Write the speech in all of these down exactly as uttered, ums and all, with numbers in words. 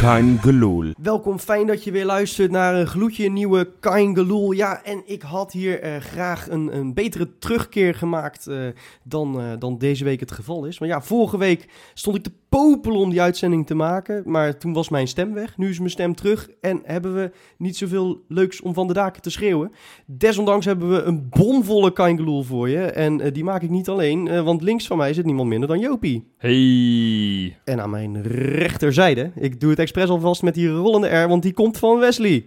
Kein Geloel. Welkom, fijn dat je weer luistert naar een gloedje nieuwe Kein Geloel. Ja, en ik had hier uh, graag een, een betere terugkeer gemaakt uh, dan, uh, dan deze week het geval is. Maar ja, vorige week stond ik te popelen om die uitzending te maken, maar toen was mijn stem weg. Nu is mijn stem terug en hebben we niet zoveel leuks om van de daken te schreeuwen. Desondanks hebben we een bomvolle Kein Geloel voor je en uh, die maak ik niet alleen, uh, want links van mij zit niemand minder dan Jopie. Hey. En aan mijn rechterzijde, ik doe het expres alvast met die rollende R, want die komt van Wesley.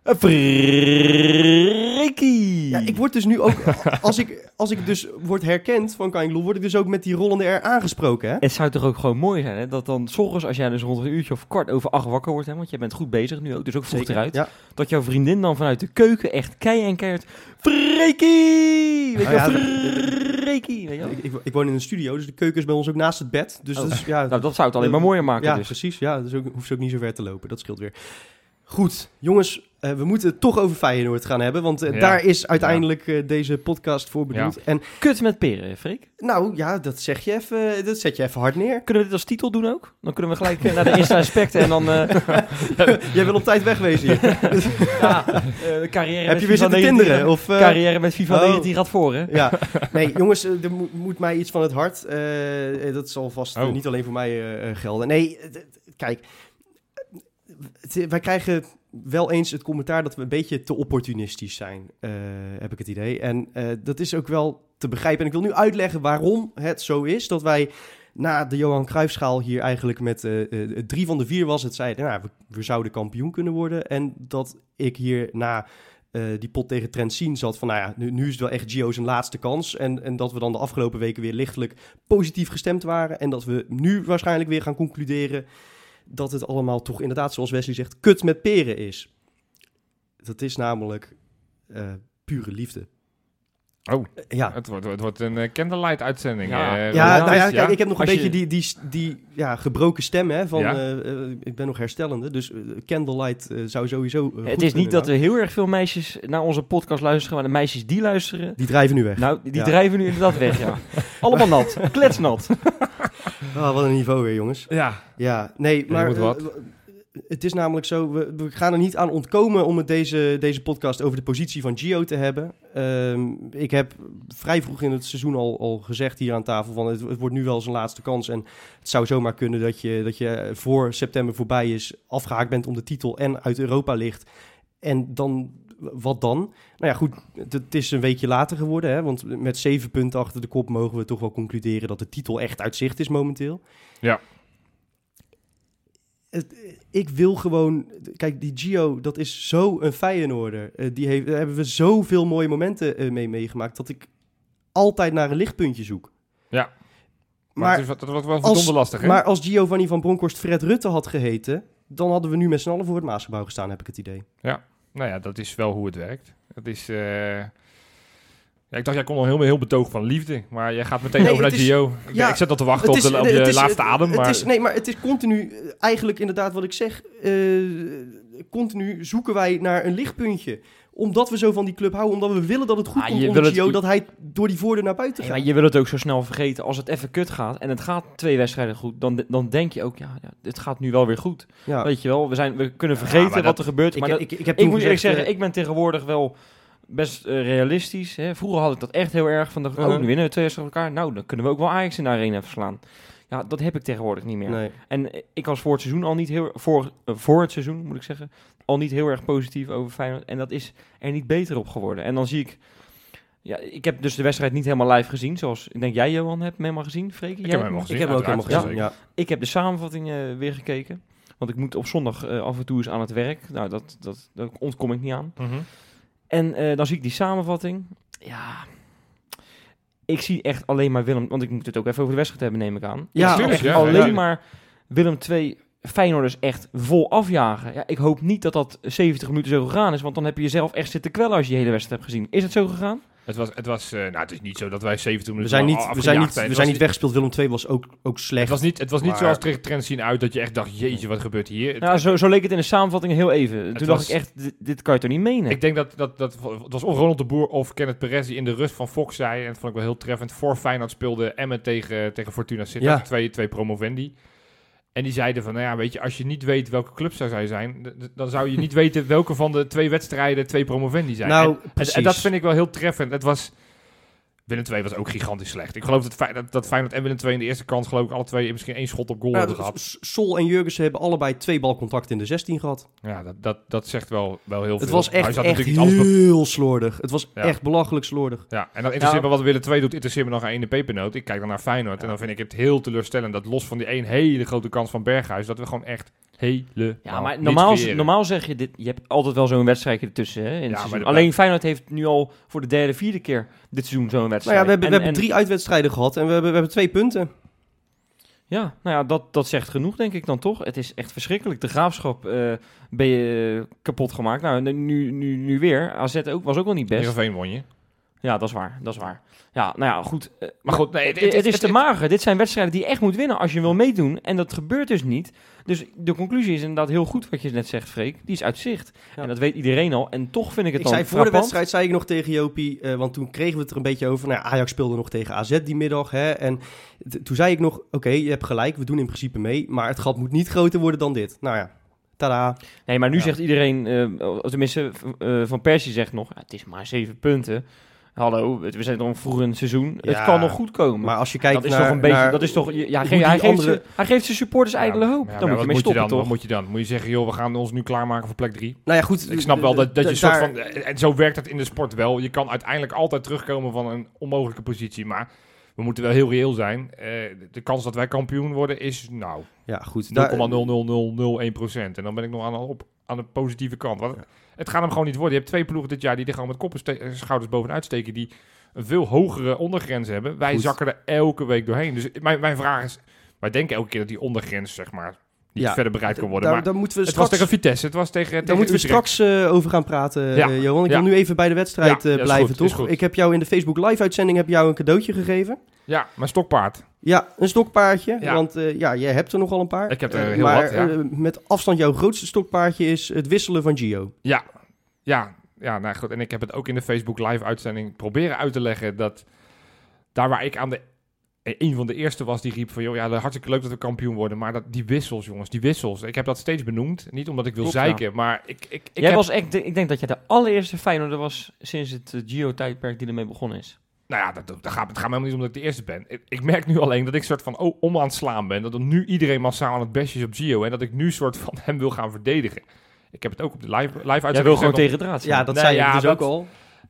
Freekie. Ja, ik word dus nu ook, als ik, als ik dus word herkend van Kein Geloel, word ik dus ook met die rollende R aangesproken, hè? Het zou toch ook gewoon mooi zijn, hè? Dat dan 's ochtends, als jij dus rond een uurtje of kwart over acht wakker wordt, hè, want jij bent goed bezig nu ook, dus ook vroeg Zeker, eruit, ja. dat jouw vriendin dan vanuit de keuken echt kei en keihard Freekie! Weet je Nou wel, ja, Freekie! Weet je wel? Ik, ik, ik woon in een studio, dus de keuken is bij ons ook naast het bed. Dus Oh. dat is, ja, Nou, dat zou het alleen maar mooier maken ja, dus. precies. Ja, dus ook, hoeft ze ook niet zo ver te lopen. Dat scheelt weer. Goed, jongens, uh, we moeten het toch over Feyenoord gaan hebben, want uh, Ja. daar is uiteindelijk uh, deze podcast voor bedoeld. Ja. En Kut met peren, Freek. nou ja, dat zeg je even, dat zet je even hard neer. Kunnen we dit als titel doen ook? Dan kunnen we gelijk uh, naar de eerste aspecten en dan... Uh, Jij wil op tijd wegwezen hier. ja, uh, carrière Heb met je weer FIFA zitten negentien, tinderen? Of, uh, Carrière met FIFA oh. negentien gaat voor, hè? Ja, nee jongens, uh, er mo- moet mij iets van het hart. Uh, dat zal vast uh, Oh. niet alleen voor mij uh, uh, gelden. Nee, uh, d- kijk, het, wij krijgen wel eens het commentaar dat we een beetje te opportunistisch zijn, uh, heb ik het idee. En uh, dat is ook wel te begrijpen. En ik wil nu uitleggen waarom het zo is dat wij na de Johan Cruijffschaal hier eigenlijk met uh, uh, drie van de vier was het zeiden, nou, we, we zouden kampioen kunnen worden. En dat ik hier na uh, die pot tegen Trentin zat van, nou ja, nu, nu is het wel echt Gio zijn laatste kans. En, en dat we dan de afgelopen weken weer lichtelijk positief gestemd waren. En dat we nu waarschijnlijk weer gaan concluderen dat het allemaal toch inderdaad, zoals Wesley zegt, kut met peren is. Dat is namelijk uh, pure liefde. Oh, Ja. het wordt, het wordt een uh, candlelight-uitzending. Ja. Uh, Ja, Roland, nou ja, kijk, ik heb nog een Als beetje je- die, die, die ja, gebroken stem, hè, van Ja. uh, uh, ik ben nog herstellende, dus uh, Candlelight uh, zou sowieso uh, Het goed is niet dat kunnen, er heel erg veel meisjes naar onze podcast luisteren, maar de meisjes die luisteren, nou. Die drijven nu weg. nou, die Ja. drijven nu inderdaad weg, ja. Allemaal nat, kletsnat. Ah, wat een niveau weer, jongens. Ja, Ja, nee, je maar moet wat. uh, het is namelijk zo, we, we gaan er niet aan ontkomen om het deze, deze podcast over de positie van Gio te hebben. Um, ik heb vrij vroeg in het seizoen al, al gezegd hier aan tafel van het, het wordt nu wel zijn laatste kans. En het zou zomaar kunnen dat je, dat je voor september voorbij is, afgehaakt bent om de titel en uit Europa ligt. En dan, wat dan? Nou ja, goed, het, het is een weekje later geworden, hè, want met zeven punten achter de kop mogen we toch wel concluderen dat de titel echt uit zicht is momenteel. Ja. Het, ik wil gewoon... Kijk, die Gio, dat is zo een Feyenoorder. Uh, die heeft, daar hebben we zoveel mooie momenten uh, mee meegemaakt, dat ik altijd naar een lichtpuntje zoek. Ja. maar, Maar, het is, wat- dat wordt wel als, verdomde lastig, hè? maar als Giovanni van Bronckhorst Fred Rutte had geheten, dan hadden we nu met z'n allen voor het Maasgebouw gestaan, heb ik het idee. Nou ja, dat is wel hoe het werkt. Dat is... uh, Ja, ik dacht, jij kon al heel, heel betoog van liefde, maar jij gaat meteen Nee, over naar het is- Gio. Ik, ja, ik zat al te wachten op, Het is- de, op nee, je het is- laatste het- adem, het maar... is, nee, maar het is continu, uh, eigenlijk inderdaad wat ik zeg, uh, continu zoeken wij naar een lichtpuntje. Omdat we zo van die club houden, omdat we willen dat het goed Ah, komt je onder wil het- Gio, dat hij door die voordeur naar buiten Nee, gaat. maar je wil het ook zo snel vergeten. Als het even kut gaat en het gaat twee wedstrijden goed, dan, dan denk je ook, ja, ja, het gaat nu wel weer goed. Ja. Weet je wel, we, zijn, we kunnen vergeten maar wat dat- er gebeurt. Ik, Maar ik, dat, ik, ik heb ik toen moet eerlijk gezegd, zeggen, uh, ik ben tegenwoordig wel best uh, realistisch. Hè. Vroeger had ik dat echt heel erg van, de, Uh-huh. oh, nu winnen we twee wedstrijden elkaar. Nou, dan kunnen we ook wel Ajax in de arena verslaan. Ja, dat heb ik tegenwoordig niet meer. nee. En ik was voor het seizoen al niet heel voor, uh, voor het seizoen moet ik zeggen, al niet heel erg positief over Feyenoord. En dat is er niet beter op geworden. En dan zie ik, ja, ik heb dus de wedstrijd niet helemaal live gezien, zoals ik denk jij, Johan, hebt hem helemaal gezien. Freek, Ik jij heb hem hebt helemaal Ik heb hem ook helemaal uiteraard, gezien, ja. Ik heb de samenvatting uh, weer gekeken, want ik moet op zondag uh, af en toe eens aan het werk. Nou, dat, dat, daar ontkom ik niet aan. Mhm. En uh, dan zie ik die samenvatting. Ja, ik zie echt alleen maar Willem, want ik moet het ook even over de wedstrijd hebben, neem ik aan. Ja, ik zie tuurlijk, echt ja, alleen ja. maar Willem twee Feyenoorders echt vol afjagen. Ja, ik hoop niet dat dat zeventig minuten zo gegaan is, want dan heb je jezelf echt zitten kwellen als je de hele wedstrijd hebt gezien. Is het zo gegaan? Het was, het was, uh, nou, het is niet zo dat wij zeventig We minuten zijn lang niet, al we zijn niet, afgejaagd we Het zijn was niet weggespeeld. Willem twee was ook, ook slecht. Het was niet, het was niet Maar- zoals tegen Trent zien uit dat je echt dacht, jeetje, wat gebeurt hier? Het- Nou, zo, zo leek het in de samenvatting heel even. Toen was- dacht ik echt, dit, dit kan je toch niet menen? Ik denk dat, dat, dat het was of Ronald de Boer of Kenneth Perez die in de rust van Fox zei, en dat vond ik wel heel treffend, voor Feyenoord speelde Emmen tegen, tegen Fortuna Sittard, Ja. twee, twee promovendi. En die zeiden van, nou ja, weet je, als je niet weet welke club zou zij zijn, d- d- dan zou je niet weten welke van de twee wedstrijden twee promovendi zijn. Nou, en, en, precies. en dat vind ik wel heel treffend. Het was... Willem twee was ook gigantisch slecht. Ik geloof dat, Fey- dat, dat Feyenoord en Willem twee in de eerste kans, geloof ik, alle twee misschien één schot op goal Nou, hebben gehad. S- Sol en Jurgensen hebben allebei twee balcontacten in de zestien gehad. Ja, dat, dat, dat zegt wel, wel heel veel. Het was Maar hij echt, zat echt natuurlijk niet alles be- heel slordig. Het was Ja. echt belachelijk slordig. Ja, en dat interesseert Ja. me wat Willem twee doet, interesseert me nog aan de pepernoot. Ik kijk dan naar Feyenoord en dan vind ik het heel teleurstellend dat los van die één hele grote kans van Berghuis, dat we gewoon echt helemaal Ja, maar niets normaal, creëren. normaal zeg je dit. Je hebt altijd wel zo'n wedstrijdje ertussen. Hè, in het maar seizoen. de- Alleen Feyenoord heeft nu al voor de derde, vierde keer dit seizoen zo'n Nou wedstrijd. ja, we hebben, En- we hebben en- drie uitwedstrijden gehad en we hebben, we hebben twee punten. Ja, nou ja, dat, dat zegt genoeg, denk ik dan toch. Het is echt verschrikkelijk. De Graafschap eh, ben je kapot gemaakt. Nou, nu, nu, nu weer. A Z ook, was ook wel niet best. Heerenveen won je. Ja, dat is waar. Dat is waar. Ja, nou ja, goed. eh, Maar goed, nee, het, het- het- is het- te het- mager. Dit zijn wedstrijden die je echt moet winnen als je wil meedoen. En dat gebeurt dus niet. Dus de conclusie is inderdaad heel goed wat je net zegt, Freek. Die is uit zicht. Ja. En dat weet iedereen al. En toch vind ik het Ik dan zei voor de frappant. wedstrijd, zei ik nog tegen Jopie, eh, want toen kregen we het er een beetje over. Nou, ja, Ajax speelde nog tegen A Z die middag. Hè, en t- toen zei ik nog, oké, je hebt gelijk, we doen in principe mee. Maar het gat moet niet groter worden dan dit. Nou ja, tada. Nee, maar nu Ja. zegt iedereen, eh, tenminste eh, Van Persie zegt nog, ja, het is maar zeven punten. Hallo, we zijn nog vroeger in het seizoen. Ja, het kan nog goed komen. Maar als je kijkt dat is naar... toch een beetje, naar- dat is toch, ja, hoe ge- die hij, geeft andere- ze, hij geeft zijn supporters ijdele hoop. Ja, dan maar moet je wat mee stoppen, dan? toch? Wat moet je dan? Moet je zeggen, joh, we gaan ons nu klaarmaken voor plek drie. Nou ja, goed. Ik snap wel dat, dat je een d- soort daar- van... En zo werkt het in de sport wel. Je kan uiteindelijk altijd terugkomen van een onmogelijke positie. Maar we moeten wel heel reëel zijn. Eh, de kans dat wij kampioen worden is, nou, Ja, goed. nul daar- komma nul nul nul nul één procent. En dan ben ik nog aan, op, aan de positieve kant. Want het gaat hem gewoon niet worden. Je hebt twee ploegen dit jaar die er gewoon met koppen ste- schouders bovenuit steken. Die een veel hogere ondergrens hebben. Wij Goed. zakken er elke week doorheen. Dus mijn, mijn vraag is... Wij denken elke keer dat die ondergrens, zeg maar, niet Ja, verder bereikt kan worden. daar, maar daar moeten we het straks, was tegen Vitesse. Het was tegen, daar tegen moeten we Utrecht. straks eh, over gaan praten, Ja. eh, Johan. Ik Ja. wil nu even bij de wedstrijd Ja, eh, ja, is blijven, goed, is toch? goed. Ik heb jou in de Facebook live-uitzending heb jou een cadeautje gegeven. Ja, mijn stokpaard. Ja, een stokpaardje. Ja. Want eh, ja, jij hebt er nogal een paar. Ik heb er Eh, heel maar, wat, ja. eh, met afstand jouw grootste stokpaardje is het wisselen van Gio. Ja, ja, ja, nou goed. En ik heb het ook in de Facebook live uitzending proberen uit te leggen dat daar waar ik aan de een van de eerste was die riep van, joh, ja, hartstikke leuk dat we kampioen worden, maar dat, die wissels, jongens, die wissels. Ik heb dat steeds benoemd, niet omdat ik wil Klopt, zeiken, maar ik, ik, ik Jij heb, was echt, de- ik denk dat jij de allereerste Feyenoorder was sinds het eh, Gio-tijdperk die ermee begonnen is. nou ja, dat, dat gaat, het gaat mij helemaal niet om dat ik de eerste ben. Ik, ik merk nu alleen dat ik soort van oh, om aan het slaan ben, dat er nu iedereen massaal aan het bestje is op Gio en dat ik nu soort van hem wil gaan verdedigen. Ik heb het ook op de live, live uitzending Jij wil gewoon gezegd, tegen draad zijn. Ja, dat Nee, zei ja, ik dus dat- ook al.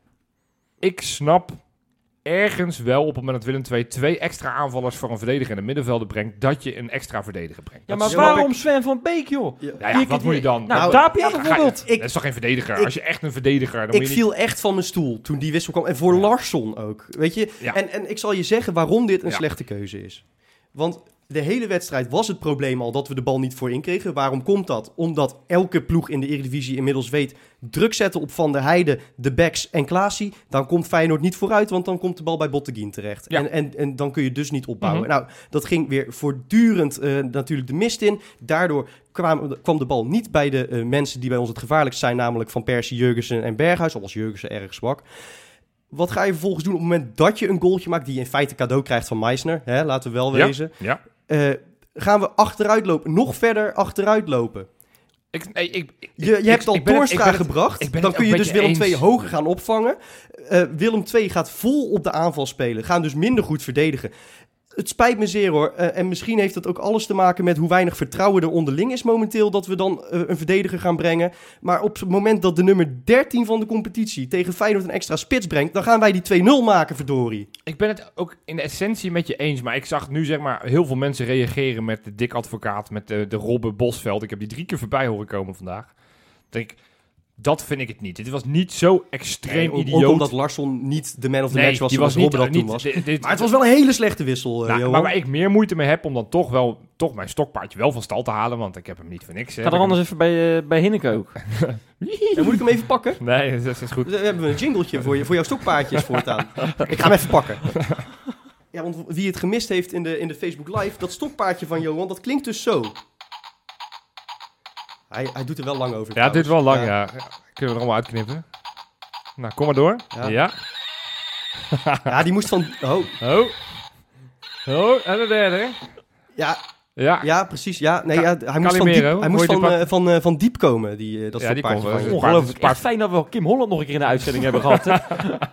ik snap ergens wel op het moment dat Willem twee twee extra aanvallers voor een verdediger in de middenvelden brengt, dat je een extra verdediger brengt. Ja, Dat maar is- waarom Sven van Beek, joh? Ja. Ja, ja, Je- wat moet je dan? Nou, Nou, Tapia ik- bijvoorbeeld. ik- dat is toch geen verdediger? ik- Als je echt een verdediger... Dan Ik moet je niet... viel echt van mijn stoel toen die wissel kwam. En voor Ja. Larsson ook. Weet je? Ja. En, en ik zal je zeggen waarom dit een Ja. slechte keuze is. Want de hele wedstrijd was het probleem al dat we de bal niet voorin kregen. Waarom komt dat? Omdat elke ploeg in de Eredivisie inmiddels weet... druk zetten op Van der Heijden, de backs en Klaasie. Dan komt Feyenoord niet vooruit, want dan komt de bal bij Botteguin terecht. Ja. En, en, en dan kun je dus niet opbouwen. Mhm. Nou, dat ging weer voortdurend eh, natuurlijk de mist in. Daardoor kwam, kwam de bal niet bij de eh, mensen die bij ons het gevaarlijkst zijn... namelijk Van Persie, Jurgensen en Berghuis. Al was Jurgensen erg zwak. Wat ga je vervolgens doen op het moment dat je een goaltje maakt... die je in feite cadeau krijgt van Meisner? Hè, laten we wel Ja. wezen. Ja. Eh, gaan we achteruit lopen, nog verder achteruit lopen. Ik, nee, ik, ik, Je, je ik- hebt al ik ben het- ik Toornstra ben het- gebracht, ik ben dan het kun je ook dus een beetje Willem twee eens. hoger gaan opvangen. Eh, Willem twee gaat vol op de aanval spelen, gaan dus minder goed verdedigen. Het spijt me zeer hoor, Eh, en misschien heeft dat ook alles te maken met hoe weinig vertrouwen er onderling is momenteel... dat we dan eh, een verdediger gaan brengen. Maar op het moment dat de nummer dertien van de competitie tegen Feyenoord een extra spits brengt... dan gaan wij die twee nul maken, verdorie. ik ben het ook in de essentie met je eens. Maar ik zag nu zeg maar heel veel mensen reageren met de Dick Advocaat... met de, de Robbe Bosveld. Ik heb die drie keer voorbij horen komen vandaag. Ik denk, dat vind ik het niet. Dit was niet zo extreem Nee, ook- idioot. Ook omdat Larsson niet de man of the nee, match was die zoals was niet... Robben dat toen niet was. dit- dit- Maar het was wel een hele slechte wissel, eh, Nou, Johan. maar waar ik meer moeite mee heb om dan toch wel toch mijn stokpaardje wel van stal te halen, want ik heb hem niet voor niks. Ga dan anders even bij, uh, bij Hinneke ook. Ja, moet ik hem even pakken? Nee, dat is goed. We hebben een jingletje voor, je, voor jouw stokpaardjes voortaan. Ik ga hem even pakken. Ja, want wie het gemist heeft in de, in de Facebook Live, dat stokpaardje van Johan, dat klinkt dus zo. Hij, hij doet er wel lang over. Ja, dit trouwens. wel lang, ja. Kunnen we er allemaal uitknippen? Nou, kom maar door. Ja. Ja. Ja, die moest van... Oh, Oh. Oh, en de derde. ja, Ja, Ja, precies. Ja, nee, Ka- ja, hij moest van Calimero, diep, hij moest hoor je van, die eh, van, eh, van diep komen, die, eh, dat Ja, ja, die kon wel. van je. Paard- Ongelooflijk. paard- Echt fijn dat we Kim Holland nog een keer in de uitzending hebben gehad. Hè?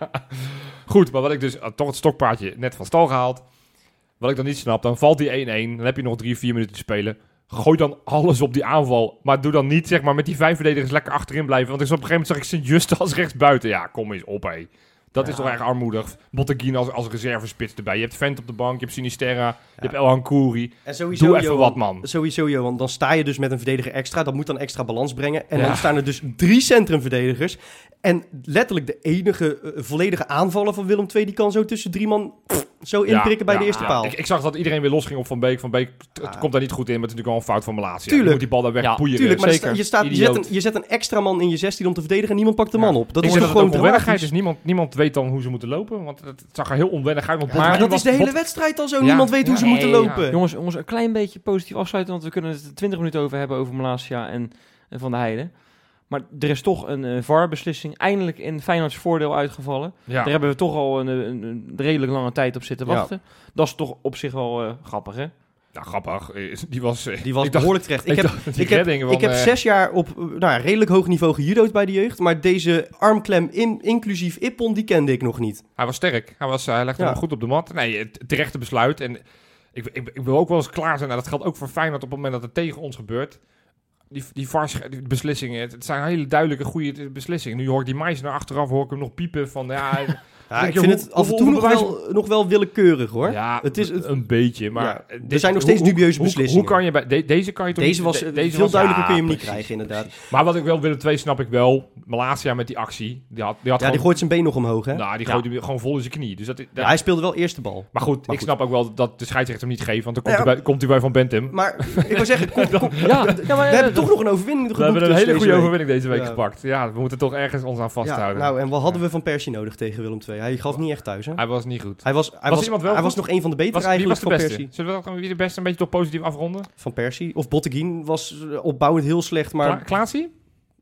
Goed, maar wat ik dus... uh, toch het stokpaardje net van stal gehaald. Wat ik dan niet snap, dan valt die één-één. Dan heb je nog drie, vier minuten te spelen. Gooi dan alles op die aanval. Maar doe dan niet, zeg maar, met die vijf verdedigers lekker achterin blijven. Want ik zag op een gegeven moment zag ik Sint-Just als rechtsbuiten. Ja, kom eens op, hé. Dat Ja. is toch erg armoedig. Botteguin als, als reservespits erbij. Je hebt Vent op de bank, je hebt Sinisterra, je hebt Elhan Kouri. En sowieso, Doe even Johan, wat, man. Sowieso, Johan. Dan sta je dus met een verdediger extra. Dat moet dan extra balans brengen. En Ja. dan staan er dus drie centrumverdedigers. En letterlijk de enige uh, volledige aanvaller van Willem twee... die kan zo tussen drie man pff, zo Ja, inprikken bij ja, de eerste ja. paal. Ik, ik zag dat iedereen weer losging op Van Beek. Van Beek t- het Ja. komt daar niet goed in, maar het is natuurlijk wel een fout van Malasia. Tuurlijk. Je moet die bal daar Ja, wegpoeieren. Tuurlijk, maar er zeker. sta- je, staat, je, Idioot. zet een, je zet een extra man in je zestien om te verdedigen... en niemand pakt de man op. Dat ik is zeg toch dat het gewoon ook onwennigheid tragisch? is. Niemand, niemand weet dan hoe ze moeten lopen. Want het, het zag er heel onwennig uit. Want Ja, Maar Botteguin dat is was- de hele Bot- wedstrijd al zo. Ja. Niemand weet hoe ze Nee, moeten ja. lopen. Jongens, jongens, een klein beetje positief afsluiten, want we kunnen het twintig minuten over hebben over Malasia en, en Van der Heijden. Maar er is toch een uh, V A R-beslissing eindelijk in Feyenoords voordeel uitgevallen. Ja. Daar hebben we toch al een, een, een redelijk lange tijd op zitten Ja. wachten. Dat is toch op zich wel uh, grappig, hè? Nou, grappig. Eh, Die was... eh, Die was ik dacht- behoorlijk terecht. Ik ik heb, dacht dat die ik heb, redding van, ik heb eh, zes jaar op uh, nou, ja, redelijk hoog niveau gejudo'd bij de jeugd. Maar deze armklem, in, inclusief Ippon, die kende ik nog niet. Hij was sterk. Hij, was, hij legde Ja. hem goed op de mat. Nee, het terechte besluit. En ik, ik, ik wil ook wel eens klaar zijn. Nou, dat geldt ook voor Feyenoord op het moment dat het tegen ons gebeurt. Die, die, vars, die beslissingen, het, het zijn hele duidelijke, goede beslissingen. Nu hoor ik die meisje naar achteraf, hoor ik hem nog piepen van... Ja, Ja, Denk ik je, vind hoe- het af en hoe- toe nog hoeveel wel, nog wel willekeurig, hoor. ja Het is- het- een beetje, maar... Ja, dit- er zijn nog hoe- steeds dubieuze hoe- beslissingen. Hoe kan je bij... de- deze kan je toch Deze niet- was de- uh, deze veel was- duidelijker ja, kun je hem niet precies, krijgen, inderdaad. precies. Maar wat ik wel, Willem twee snap ik wel. Malasia met die actie. Die had, die had Ja, die gewoon... gooit zijn been nog omhoog, hè? Nou, die Ja. gooit hem gewoon vol in zijn knie. Dus dat, dat, Ja, hij speelde wel eerst de bal. maar goed, Maar ik goed. snap ook wel dat de scheidsrechter hem niet geeft. Want dan komt, Ja. hij, bij, komt hij bij Van Bentum. Maar ik wil zeggen, kom, kom, Ja, we ja, maar, hebben toch nog een overwinning We geboekt hebben een dus hele deze goede week. overwinning deze week Ja. gepakt. Ja, we moeten toch ergens ons aan vasthouden. Ja, nou, en wat hadden we van Persie nodig tegen Willem twee? Hij gaf niet echt thuis, hè? Hij was niet goed. Hij was, hij Was was, iemand wel hij goed? was nog een van de betere Was, wie was eigenlijk de van beste? Persie. Zullen we dat wie de beste een beetje toch positief afronden? Van Persie. Of Botteguin was uh, opbouwend heel slecht, maar Kla Klaasie?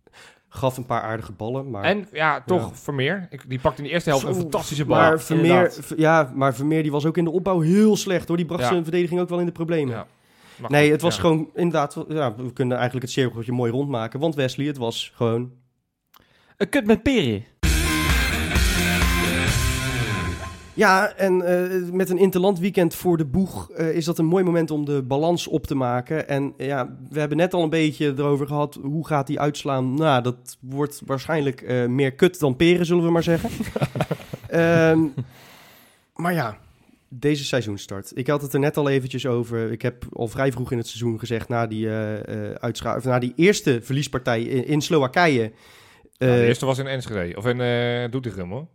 gaf een paar aardige ballen. Maar, En ja, toch Ja. Vermeer. Ik, die pakte in de eerste helft Zo, een fantastische bal. Maar Vermeer, inderdaad. v- ja, maar Vermeer die was ook in de opbouw heel slecht, hoor. Die bracht Ja. zijn verdediging ook wel in de problemen. Ja. Maar Nee, goed, het was ja. gewoon inderdaad... Ja, we kunnen eigenlijk het cirkeltje mooi rondmaken. Want Wesley, het was gewoon... een kut met peren. Ja, en eh, met een interland weekend voor de boeg eh, is dat een mooi moment om de balans op te maken. En eh, ja, we hebben net al een beetje erover gehad, hoe gaat die uitslaan? Nou, dat wordt waarschijnlijk eh, meer kut dan peren, zullen we maar zeggen. Ehm, maar ja, deze seizoenstart. Ik had het er net al eventjes over. Ik heb al vrij vroeg in het seizoen gezegd, na die, eh eh, uitscha- of na die eerste verliespartij in, in Slowakije... Nou, eh, de eerste was in Enschede. Of in uh, Doetinchem, hoor.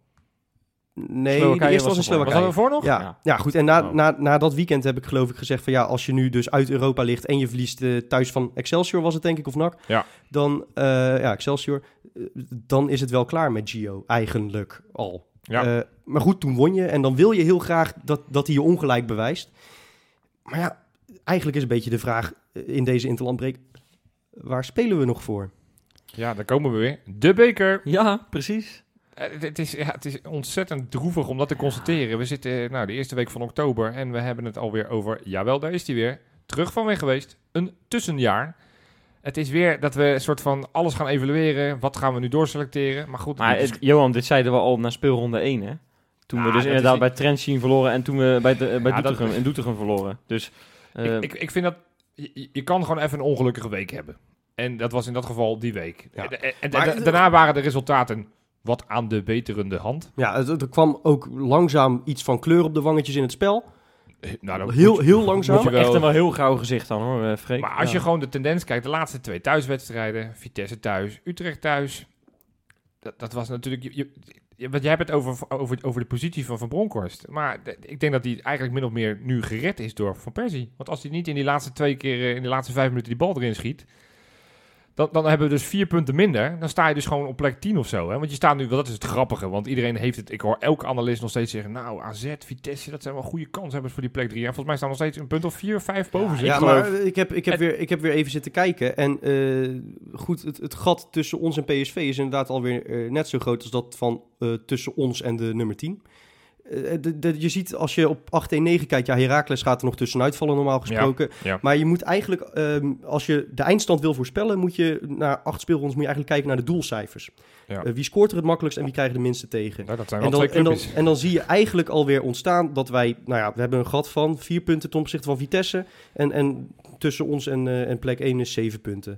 nee, Slowakije de eerste was was in ervoor. Was Slowakije. dat ervoor nog? Ja, Ja. ja. goed. En na, Oh. na, na dat weekend heb ik geloof ik gezegd van ja, als je nu dus uit Europa ligt en je verliest eh, thuis van Excelsior was het denk ik, of N A C. Ja. Dan, eh, ja, Excelsior, eh, dan is het wel klaar met Gio, eigenlijk al. Ja. Eh, maar goed, toen won je en dan wil je heel graag dat, dat hij je ongelijk bewijst. Maar ja, eigenlijk is een beetje de vraag eh, in deze interlandbreek, waar spelen we nog voor? Ja, daar komen we weer. De beker. Ja, precies. Eh, Het, het is, ja, het is ontzettend droevig om dat te constateren. We zitten eh, nou, de eerste week van oktober en we hebben het alweer over... Jawel, daar is hij weer. Terug van weg geweest. Een tussenjaar. Het is weer dat we een soort van alles gaan evalueren. Wat gaan we nu doorselecteren? Maar goed, Maar dit is- het- Johan, dit zeiden we al na speelronde één, hè? Toen Ja, we dus dat inderdaad is- bij Trentin verloren en toen we bij, de, bij Ja, dat- Doetinchem, in Doetinchem verloren. Dus eh, ik, ik, ik vind dat... Je, je kan gewoon even een ongelukkige week hebben. En dat was in dat geval die week. Ja. En, en- en Maar- da- daarna waren de resultaten wat aan de beterende hand. Ja, het- er kwam ook langzaam iets van kleur op de wangetjes in het spel. Nou, dan Heel, moet je- heel langzaam. moet je wel- echt een wel heel grauw gezicht dan, hoor, eh, Freek. Maar als Ja. je gewoon de tendens kijkt, de laatste twee thuiswedstrijden, Vitesse thuis, Utrecht thuis, dat, dat was natuurlijk... Je, je, je- want jij hebt het over, over, over de positie van Van Bronckhorst. Maar de- ik denk dat hij eigenlijk min of meer nu gered is door Van Persie. Want als hij niet in die laatste twee keer, eh, in de laatste vijf minuten die bal erin schiet, dan, dan hebben we dus vier punten minder. Dan sta je dus gewoon op plek tien of zo. Hè? Want je staat nu, dat is het grappige, want iedereen heeft het... Ik hoor elke analist nog steeds zeggen, nou, A Z, Vitesse, dat zijn wel goede kanshebbers voor die plek drie. En volgens mij staan nog steeds een punt of vier of vijf boven zich. Ja, geloof. maar ik heb, ik, heb En- weer, ik heb weer even zitten kijken. En eh, goed, het, het gat tussen ons en P S V is inderdaad alweer uh, net zo groot als dat van uh, tussen ons en de nummer tien. Uh, de, de, je ziet als je op acht één negen kijkt, ja, Heracles gaat er nog tussenuit vallen normaal gesproken. Ja, ja. Maar je moet eigenlijk, um, als je de eindstand wil voorspellen, moet je na acht speelrondes moet je eigenlijk kijken naar de doelcijfers. Ja. Uh, wie scoort er het makkelijkst en wie krijgt de minste tegen? Ja, dat zijn en, wel dan, twee en, dan, clubjes. en dan zie je eigenlijk alweer ontstaan dat wij, nou ja, we hebben een gat van vier punten ten opzichte van Vitesse. En, en tussen ons en, uh, en plek één is zeven punten.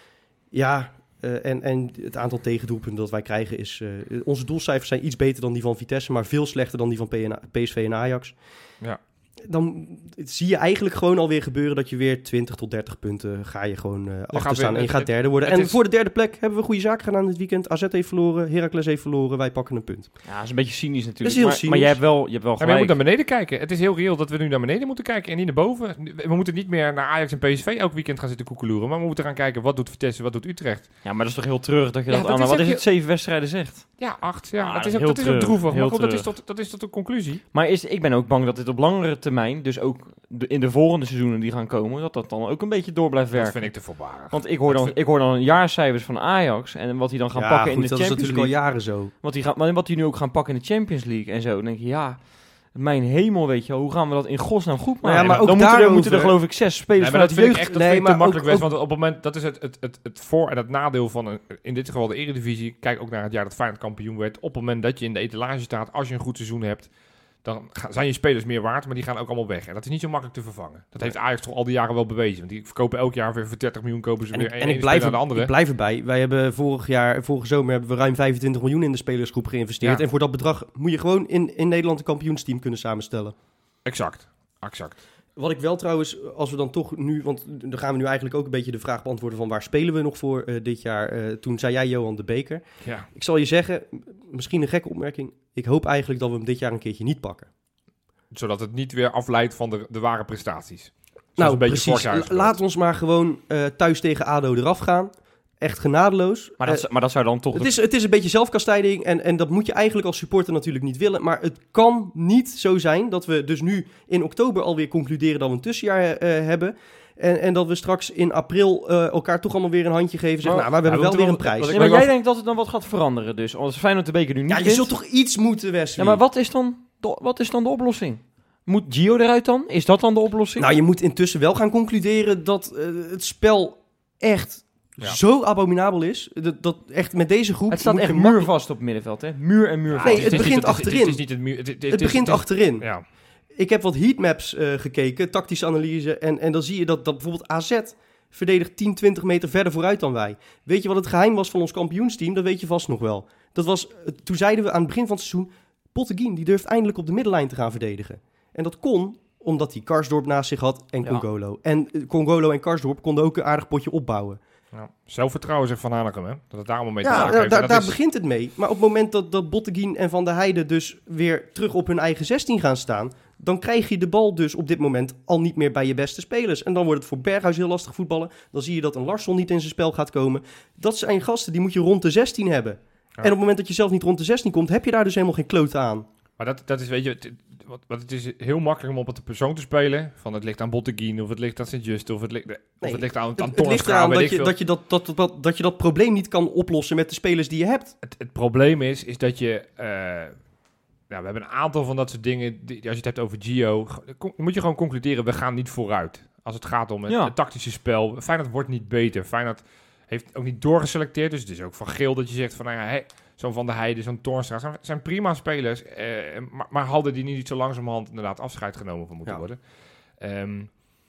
Ja, uh, en, en het aantal tegendoelpunten dat wij krijgen is... Uh, onze doelcijfers zijn iets beter dan die van Vitesse, maar veel slechter dan die van P S V en Ajax. Ja. Dan zie je eigenlijk gewoon alweer gebeuren dat je weer twintig tot dertig punten ga je gewoon uh, achter staan en je gaat derde worden. En is... voor de derde plek hebben we goede zaken gedaan dit weekend. A Z heeft verloren, Heracles heeft verloren, wij pakken een punt. Ja, dat is een beetje cynisch natuurlijk. Dat is heel maar, cynisch. maar jij hebt wel, je hebt wel Ja, gelijk. maar je moet naar beneden kijken. Het is heel reëel dat we nu naar beneden moeten kijken en niet naar boven. We moeten niet meer naar Ajax en P S V elk weekend gaan zitten koekeloeren. Maar we moeten gaan kijken, wat doet Vitesse, wat doet Utrecht? Ja, maar dat is toch heel treurig dat je Ja, dat, dat aan... is Wat is ook het, zeven wedstrijden zegt? Ja, acht. Ja, Ah, dat, dat is is ook, heel dat is ook treurig, droevig. heel Maar goed, dat is, treurig. tot, dat is tot de conclusie. Maar is, ik ben ook bang dat dit op langere termijn, dus ook de, in de volgende seizoenen die gaan komen, dat dat dan ook een beetje door blijft werken. Dat vind ik te voorbarig. Want ik hoor, dan, vind... ik hoor dan jaarcijfers van Ajax en wat die dan gaan ja, pakken goed, in de dat is Champions natuurlijk League. al jaren zo. Wat die, gaan, maar wat die nu ook gaan pakken in de Champions League en zo. Dan denk je, ja, mijn hemel, weet je wel, hoe gaan we dat in godsnaam goed maken? Nou ja, maar ook dan moeten er, daarover... moeten er geloof ik zes spelers Nee, maar vanuit dat de vind jeugd. ik echt dat Nee, vind ik te maar makkelijk ook- Wes, want op het moment, dat is het, het, het, het voor- en het nadeel van, een, in dit geval de Eredivisie, kijk ook naar het jaar dat Feyenoord kampioen werd. Op het moment dat je in de etalage staat, als je een goed seizoen hebt, dan gaan, zijn je spelers meer waard, maar die gaan ook allemaal weg. En dat is niet zo makkelijk te vervangen. Dat heeft Ajax toch al die jaren wel bewezen. Want die verkopen elk jaar weer voor dertig miljoen, kopen ze En, weer ik, één en ik, één blijf speler naar de er, andere. ik blijf erbij. Wij hebben vorig jaar, vorige zomer hebben we ruim vijfentwintig miljoen in de spelersgroep geïnvesteerd. Ja. En voor dat bedrag moet je gewoon in, in Nederland een kampioensteam kunnen samenstellen. Exact. Exact. Wat ik wel trouwens, als we dan toch nu, want dan gaan we nu eigenlijk ook een beetje de vraag beantwoorden van waar spelen we nog voor uh, dit jaar. Uh, toen zei jij Johan de Beker. Ja. Ik zal je zeggen, misschien een gekke opmerking. Ik hoop eigenlijk dat we hem dit jaar een keertje niet pakken. Zodat het niet weer afleidt van de, de ware prestaties. Zoals Nou, een beetje precies. vorig jaar is La- gebeurd. laat ons maar gewoon uh, thuis tegen A D O eraf gaan. Echt genadeloos. Maar dat, Uh, maar dat zou dan toch... Het de- is, het is een beetje zelfkastijding en, en dat moet je eigenlijk als supporter natuurlijk niet willen. Maar het kan niet zo zijn dat we dus nu in oktober alweer concluderen dat we een tussenjaar uh, hebben. En, en dat we straks in april uh, elkaar toch allemaal weer een handje geven. Zeggen, Maar- nou, maar we Ja, hebben we wel weer moeten een wel- prijs. Nee, maar Ik jij wil- denkt dat het dan wat gaat veranderen dus. Als Feyenoord de beker nu niet Ja, je wint. zult toch iets moeten, Wesley? Ja, maar wat is, dan de, wat is dan de oplossing? Moet Gio eruit dan? Is dat dan de oplossing? Nou, je moet intussen wel gaan concluderen dat uh, het spel echt Ja. zo abominabel is. Dat, dat echt met deze groep... het staat moet echt je mak- muurvast op het middenveld, hè? Muur en muur. Nee, is het niet- begint is- het is- achterin. Het is niet het muur. Het, het, Het begint is- achterin. Ja. Ik heb wat heatmaps uh, gekeken, tactische analyse. En, en dan zie je dat, dat bijvoorbeeld A Z verdedigt tien, twintig meter verder vooruit dan wij. Weet je wat het geheim was van ons kampioensteam? Dat weet je vast nog wel. Dat was, uh, toen zeiden we aan het begin van het seizoen... Potteguin, die durft eindelijk op de middenlijn te gaan verdedigen. En dat kon omdat hij Karsdorp naast zich had en Ja. Congolo. En uh, Congolo en Karsdorp konden ook een aardig potje opbouwen. Ja. Zelfvertrouwen zegt Van Hanegem, hè? Dat het daar allemaal mee te Ja, maken daar, heeft. En daar, dat daar is- begint het mee. Maar op het moment dat, dat Botteguin en Van der Heijden dus weer terug op hun eigen zestien gaan staan... dan krijg je de bal dus op dit moment al niet meer bij je beste spelers. En dan wordt het voor Berghuis heel lastig voetballen. Dan zie je dat een Larsson niet in zijn spel gaat komen. Dat zijn gasten, die moet je rond de zestien hebben. En op het moment dat je zelf niet rond de zestien komt... heb je daar dus helemaal geen klote aan. Maar dat, dat is, weet je, het, wat, wat het is heel makkelijk om op het persoon te spelen. Van het ligt aan Botteguin, of het ligt aan Sint-Just, of het ligt, of Nee, het ligt aan, aan Het, het ligt Toornstra, eraan weet dat ik je veel. dat, je dat, dat, dat, dat je dat probleem niet kan oplossen met de spelers die je hebt. Het, het probleem is, is dat je... eh, nou, we hebben een aantal van dat soort dingen. Die, als je het hebt over Gio, dan moet je gewoon concluderen, we gaan niet vooruit. Als het gaat om het, Ja. het tactische spel. Feyenoord wordt niet beter. Feyenoord heeft ook niet doorgeselecteerd. Dus het is ook van Geel dat je zegt van, nou ja, hey, zo'n Van der Heijden, zo'n Toornstra. Zijn, zijn prima spelers. Eh, maar, maar hadden die niet zo langzamerhand inderdaad afscheid genomen van moeten Ja. worden. Ehm,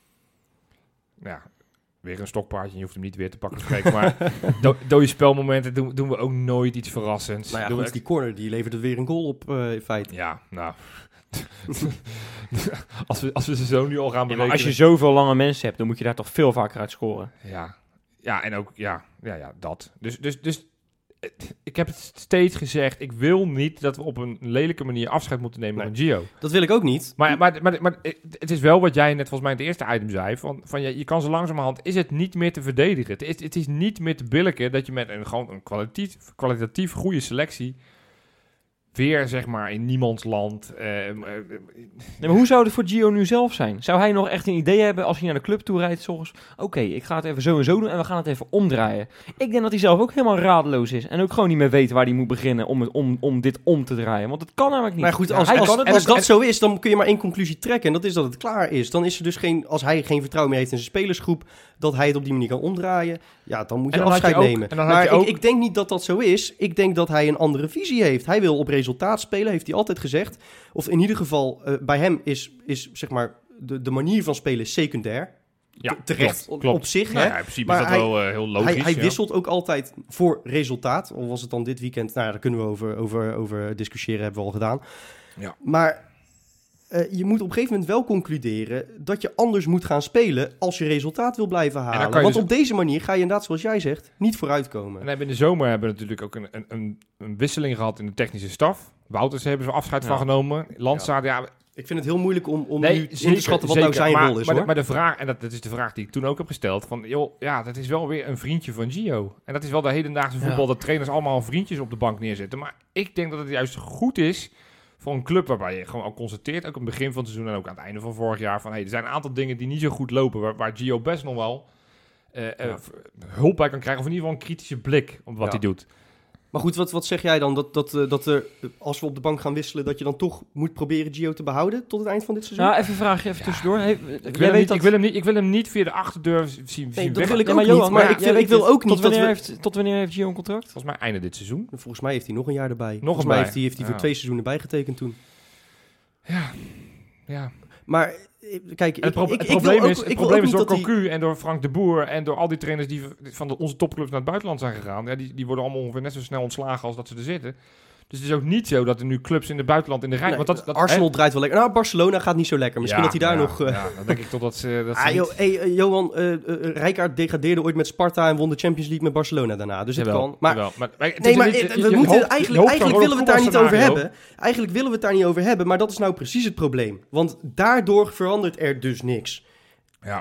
ja, weer een stokpaardje. Je hoeft hem niet weer te pakken. Spreken, maar do, dode spelmomenten doen, doen we ook nooit iets verrassends. Nou ja, Doen we goed, die corner die leverde weer een goal op uh, in feite. Ja, nou. als, we, als we ze zo nu al gaan Ja, maar berekenen. als je zoveel lange mensen hebt, dan moet je daar toch veel vaker uit scoren. Ja, ja en ook, ja, ja, ja dat. Dus, dus, dus het- ik heb het steeds gezegd, ik wil niet dat we op een lelijke manier afscheid moeten nemen Nee. van Gio. Dat wil ik ook niet. Maar, maar, maar, maar het is wel wat jij net volgens mij in het eerste item zei, van, van ja, je kan zo langzamerhand, is het niet meer te verdedigen. Het is, het is niet meer te billijken dat je met een, gewoon een kwalitatief, kwalitatief goede selectie weer zeg maar in niemands land. Uh, uh, Nee, maar hoe zou het voor Gio nu zelf zijn? Zou hij nog echt een idee hebben als hij naar de club toe rijdt? Oké, okay, ik ga het even zo en zo doen en we gaan het even omdraaien. Ik denk dat hij zelf ook helemaal radeloos is. En ook gewoon niet meer weet waar hij moet beginnen om, het, om, om dit om te draaien. Want het kan namelijk niet. Maar goed, als, hij als, kan het, als en, dat zo is, dan kun je maar één conclusie trekken. En dat is dat het klaar is. Dan is er dus geen, als hij geen vertrouwen meer heeft in zijn spelersgroep, dat hij het op die manier kan omdraaien. Ja, dan moet je dan afscheid je ook, nemen. En dan maar je ook, ik, ik denk niet dat dat zo is. Ik denk dat hij een andere visie heeft. Hij wil op resultaat spelen, heeft hij altijd gezegd. Of in ieder geval, uh, bij hem is, is zeg maar de, de manier van spelen secundair. ja, Terecht klopt, klopt. op zich. Nou, Hè? ja, in principe Maar is dat hij- wel uh, heel logisch. Hij, hij ja. wisselt ook altijd voor resultaat. Of was het dan dit weekend? Nou ja, daar kunnen we over, over, over discussiëren, hebben we al gedaan. Ja. Maar uh, je moet op een gegeven moment wel concluderen dat je anders moet gaan spelen als je resultaat wil blijven dan halen. kan je Want dus- op deze manier ga je inderdaad, zoals jij zegt, niet vooruitkomen. En hebben in de zomer hebben we natuurlijk ook een, een, een, een wisseling gehad in de technische staf. Wouters hebben ze afscheid Ja. van genomen. Landsaat, ja, Ik vind het heel moeilijk om, om nee, nu in zeker, te schatten wat zeker. nou zijn maar, rol is. maar, hoor. de, maar de vraag, en dat, dat is de vraag die ik toen ook heb gesteld, van joh, ja, dat is wel weer een vriendje van Gio. En dat is wel de hedendaagse voetbal, Ja. dat trainers allemaal vriendjes op de bank neerzetten. Maar ik denk dat het juist goed is voor een club waarbij je gewoon al constateert, ook aan het begin van het seizoen en ook aan het einde van vorig jaar, van hey, er zijn een aantal dingen die niet zo goed lopen, waar, waar Gio best nog wel uh, uh, Ja. hulp bij kan krijgen, of in ieder geval een kritische blik op wat Ja. hij doet. Maar goed, wat, wat zeg jij dan? Dat, dat, uh, dat er, uh, als we op de bank gaan wisselen, dat je dan toch moet proberen Gio te behouden tot het eind van dit seizoen? Nou, even een vraagje even tussendoor. Hey, Ik jij wil, hem weet niet, dat... ik, wil hem niet, ik wil hem niet via de achterdeur zien, zien Nee, dat weg. wil ik Ja, ook maar Johan, niet. Maar maar ik, jij wil, ik weet wil het. ook niet tot dat wanneer, we... heeft, tot wanneer heeft Gio een contract? Volgens mij einde dit seizoen. Volgens mij heeft hij nog een jaar erbij. Nog Volgens een mij bij. heeft hij, heeft hij voor Ja. twee seizoenen bijgetekend toen. Ja, ja. Maar eh, kijk, ik, Het, pro- ik, het ik probleem wil is, ook, het ik wil probleem ook is niet door dat hij... Cocu en door Frank de Boer en door al die trainers die v- van de, onze topclubs naar het buitenland zijn gegaan. Ja, die, die worden allemaal ongeveer net zo snel ontslagen als dat ze er zitten. Dus het is ook niet zo dat er nu clubs in het buitenland in de rij... Nee, want dat, dat, Arsenal draait wel lekker. Nou, Barcelona gaat niet zo lekker. Misschien Ja, dat hij daar ja, nog... eh, Ja, dan denk ik toch dat ze... Dat ze Ah, niet- joh, hey, eh, Johan, eh eh, Rijkaard degradeerde ooit met Sparta en won de Champions League met Barcelona daarna. Dus het Jawel, kan. Maar jawel. Maar, maar het nee, is maar niet- eh, je- we je moeten hoopt- je eigenlijk, hoopt eigenlijk gewoon willen we het op daar niet over voetbalscenario. hebben. Eigenlijk willen we het daar niet over hebben, maar dat is nou precies het probleem. Want daardoor verandert er dus niks. Ja.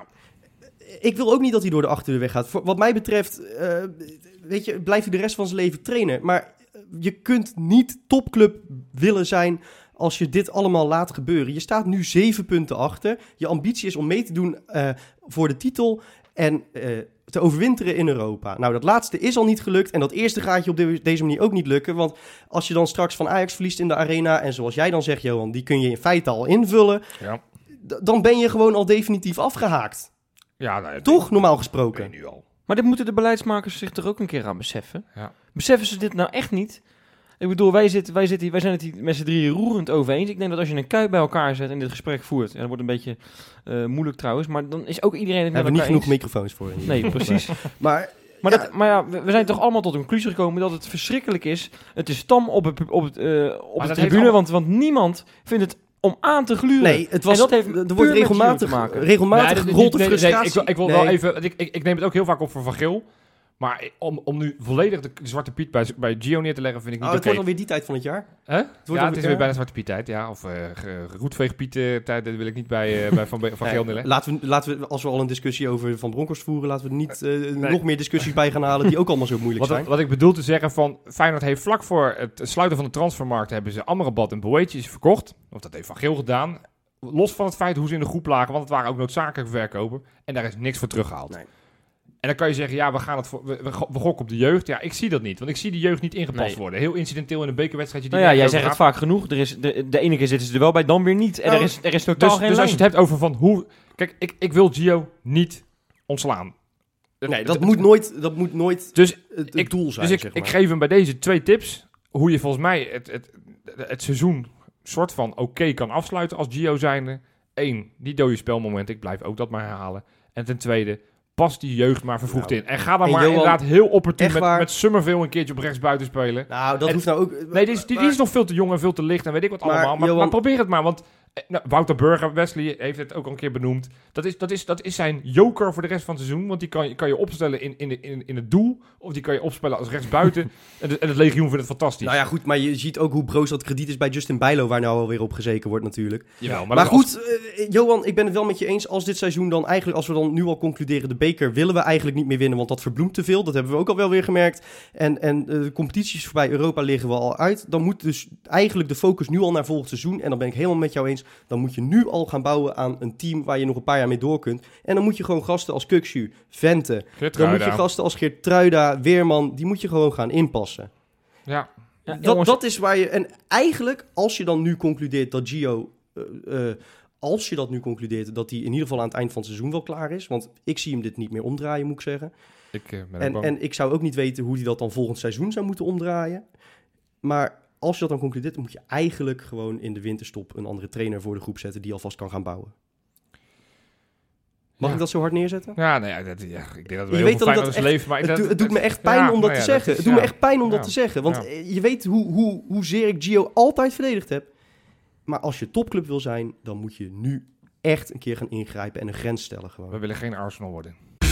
Ik wil ook niet dat hij door de achterdeur weggaat. Voor, wat mij betreft, eh, weet je, blijft hij de rest van zijn leven trainen. Maar je kunt niet topclub willen zijn als je dit allemaal laat gebeuren. Je staat nu zeven punten achter. Je ambitie is om mee te doen uh, voor de titel en uh, te overwinteren in Europa. Nou, dat laatste is al niet gelukt en dat eerste gaat je op de, deze manier ook niet lukken. Want als je dan straks van Ajax verliest in de arena en zoals jij dan zegt, Johan, die kun je in feite al invullen. Ja. D- dan ben je gewoon al definitief afgehaakt. Ja, nou, Toch, normaal Ik gesproken. weet nu al. Maar dit moeten de beleidsmakers zich er ook een keer aan beseffen. Ja. Beseffen ze dit nou echt niet? Ik bedoel, wij, zitten, wij, zitten, wij zijn het hier met z'n drieën roerend over eens. Ik denk dat als je een kuip bij elkaar zet en dit gesprek voert... en dat wordt een beetje uh, moeilijk trouwens... maar dan is ook iedereen het Daar met hebben we niet elkaar genoeg eens. microfoons voor. in. Nee, precies. Maar Maar, ja, dat, maar ja, we, we zijn toch allemaal tot een conclusie gekomen dat het verschrikkelijk is. Het is tam op, het, op, het, uh, op dat de heeft tribune, allemaal- want, want niemand vindt het om aan te gluren. nee, het was, En dat heeft er puur wordt met regelmatig, Gio te maken. regelmatig Nee, dat- gerold de nee, nee, nee, frustratie. ik, wil- ik wil Nee. wel even... want Ik, ik, ik neem het ook heel vaak op voor Van Geel. Maar om, om nu volledig de, de Zwarte Piet bij, bij Gio neer te leggen, vind ik niet Oh, het oké. wordt alweer die tijd van het jaar. Hè? wordt Ja, alweer- het is ja. weer bijna Zwarte Piet tijd, ja. Of uh, roetveegpiet uh, tijd, dat wil ik niet bij, uh, bij Van, van Geel Nee, neerleggen. laten, we, laten we, als we al een discussie over Van Bronckhorst voeren, laten we er niet uh, Nee. nog meer discussies bij gaan halen die ook allemaal zo moeilijk Wat, zijn. wat ik bedoel te zeggen van... Feyenoord heeft vlak voor het sluiten van de transfermarkt... hebben ze Amrabat en Boetjes verkocht. Of dat heeft Van Geel gedaan. Los van het feit hoe ze in de groep lagen... want het waren ook noodzakelijke verkopen. En daar is niks voor teruggehaald. Nee. En dan kan je zeggen... ja, we, gaan het voor, we, we, we gokken op de jeugd. Ja, ik zie dat niet. Want ik zie de jeugd niet ingepast Nee. worden. Heel incidenteel in een bekerwedstrijdje... die Nou ja, jij nergens zegt het over vaak genoeg. Er is, de, de ene keer zitten ze er wel bij, dan weer niet. En Nou, er, is, er is totaal Dus, geen dus als je lijn. het hebt over van hoe... Kijk, ik, ik wil Gio niet ontslaan. Nee, dat Het- moet nooit, dat moet nooit Dus het, het ik- doel zijn, Dus ik, zeg maar. ik geef hem bij deze twee tips... hoe je volgens mij het, het, het seizoen soort van oké kan afsluiten als Gio zijnde. Eén, die dode spelmoment. Ik blijf ook dat maar herhalen. En ten tweede, pas die jeugd maar vervroegd Nou, in. En ga dan en maar Johan, inderdaad heel opportun echt met, waar. met Summerville een keertje op rechts buiten spelen. Nou, dat En- hoeft nou ook... Nee, die is, die, die is nog veel te jong en veel te licht en weet ik wat Maar, allemaal. Maar, Johan- maar probeer het maar, want Nou, Wouter Burger, Wesley heeft het ook al een keer benoemd. Dat is, dat is, dat is zijn joker voor de rest van het seizoen. Want die kan, kan je opstellen in, in, in, in het doel. Of die kan je opspelen als rechtsbuiten. en, de, en het legioen vindt het fantastisch. Nou ja, goed, maar je ziet ook hoe broos dat krediet is bij Justin Bijlo, waar nou alweer op gezeken wordt natuurlijk. Jawel, maar maar goed, als... uh, Johan, ik ben het wel met je eens. Als dit seizoen dan eigenlijk, als we dan nu al concluderen, de beker willen we eigenlijk niet meer winnen, want dat verbloemt te veel. Dat hebben we ook al wel weer gemerkt. En, en uh, de competities voorbij Europa liggen we al uit. Dan moet dus eigenlijk de focus nu al naar volgend seizoen. En dan ben ik helemaal met jou eens. Dan moet je nu al gaan bouwen aan een team waar je nog een paar jaar mee door kunt. En dan moet je gewoon gasten als Kuksu, Vente. Dan moet je gasten als Geertruida, Weerman, die moet je gewoon gaan inpassen. Ja. Ja, dat, jongens, dat is waar je... En eigenlijk, als je dan nu concludeert dat Gio... Uh, uh, als je dat nu concludeert, dat hij in ieder geval aan het eind van het seizoen wel klaar is. Want ik zie hem dit niet meer omdraaien, moet ik zeggen. Ik, uh, ben en, en ik zou ook niet weten hoe hij dat dan volgend seizoen zou moeten omdraaien. Maar als je dat dan concludeert, dan moet je eigenlijk gewoon in de winterstop een andere trainer voor de groep zetten die alvast kan gaan bouwen. Mag ja. ik dat zo hard neerzetten? Ja, nou ja, dat, ja ik denk dat we je heel weet veel dat fijn het, ons echt, leven. Maar het, dat, do, het doet dat, me echt pijn ja, om dat nou te ja, zeggen. Dat is, het doet ja. me echt pijn om ja. dat te zeggen. Want ja. je weet hoe, hoe, hoezeer ik Gio altijd verdedigd heb. Maar als je topclub wil zijn, dan moet je nu echt een keer gaan ingrijpen en een grens stellen gewoon. We willen geen Arsenal worden.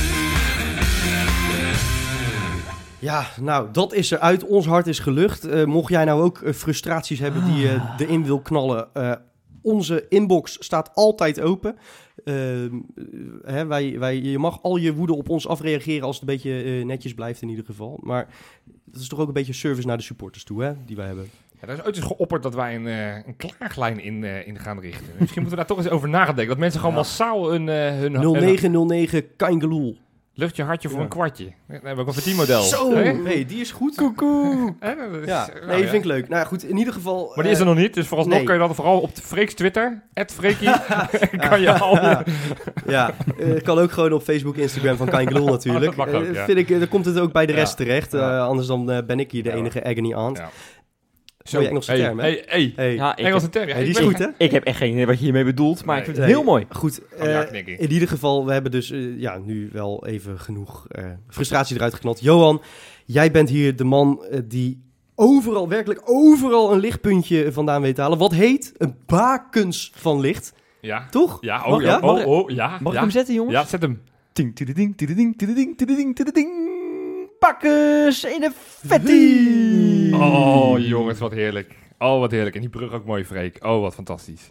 Ja, nou, dat is eruit. Ons hart is gelucht. Uh, mocht jij nou ook uh, frustraties hebben die je uh, erin wil knallen... Uh, onze inbox staat altijd open. Uh, hè, wij, wij, je mag al je woede op ons afreageren als het een beetje uh, netjes blijft in ieder geval. Maar dat is toch ook een beetje service naar de supporters toe, hè, die wij hebben. Ja, er is ooit eens geopperd dat wij een, uh, een klaaglijn in, uh, in gaan richten. Misschien moeten we daar toch eens over nadenken. Dat mensen gewoon ja. massaal hun... Uh, hun nul negen nul negen Kaingeloel. Lucht je hartje voor ja. een kwartje. Dan hebben we ook een verdienmodel. Zo, hey? hey, die is goed. Koekoe. Ja, nou, nee, die vind ik leuk. Nou goed, in ieder geval... Maar die is er nog niet, dus vooralsnog nee. kan je dat vooral op Freeks Twitter, at Freekie, kan je al... Ja, ja. Uh, kan ook gewoon op Facebook, Instagram van Kaingeloel natuurlijk. Dat mag ook, ja. uh, vind ik, dan komt het ook bij de rest ja. terecht. Uh, ja. Anders dan uh, ben ik hier de ja. enige agony aunt. Ja. Zo, mooie Engelse hey, term, hè? Hey, hey. hey. Ja, Engelse term. Ja, hey, die is goed, hè? Ik heb echt geen idee wat je hiermee bedoelt, maar nee, ik vind het nee. heel mooi. Goed, uh, in ieder geval, we hebben dus uh, ja, nu wel even genoeg uh, frustratie eruit geknald. Johan, jij bent hier de man uh, die overal, werkelijk overal een lichtpuntje vandaan weet te halen. Wat heet een bakens van licht. Ja. Toch? Ja, oh, mag, ja. ja? Oh, oh, ja. Mag ja. ik hem zetten, jongens? Ja, zet hem. Ting, tididing, tididing, tididing, tididing, tididing. Bakkes in de fetti. Oh, jongens, wat heerlijk. Oh, wat heerlijk. En die brug ook mooi, Freek. Oh, wat fantastisch.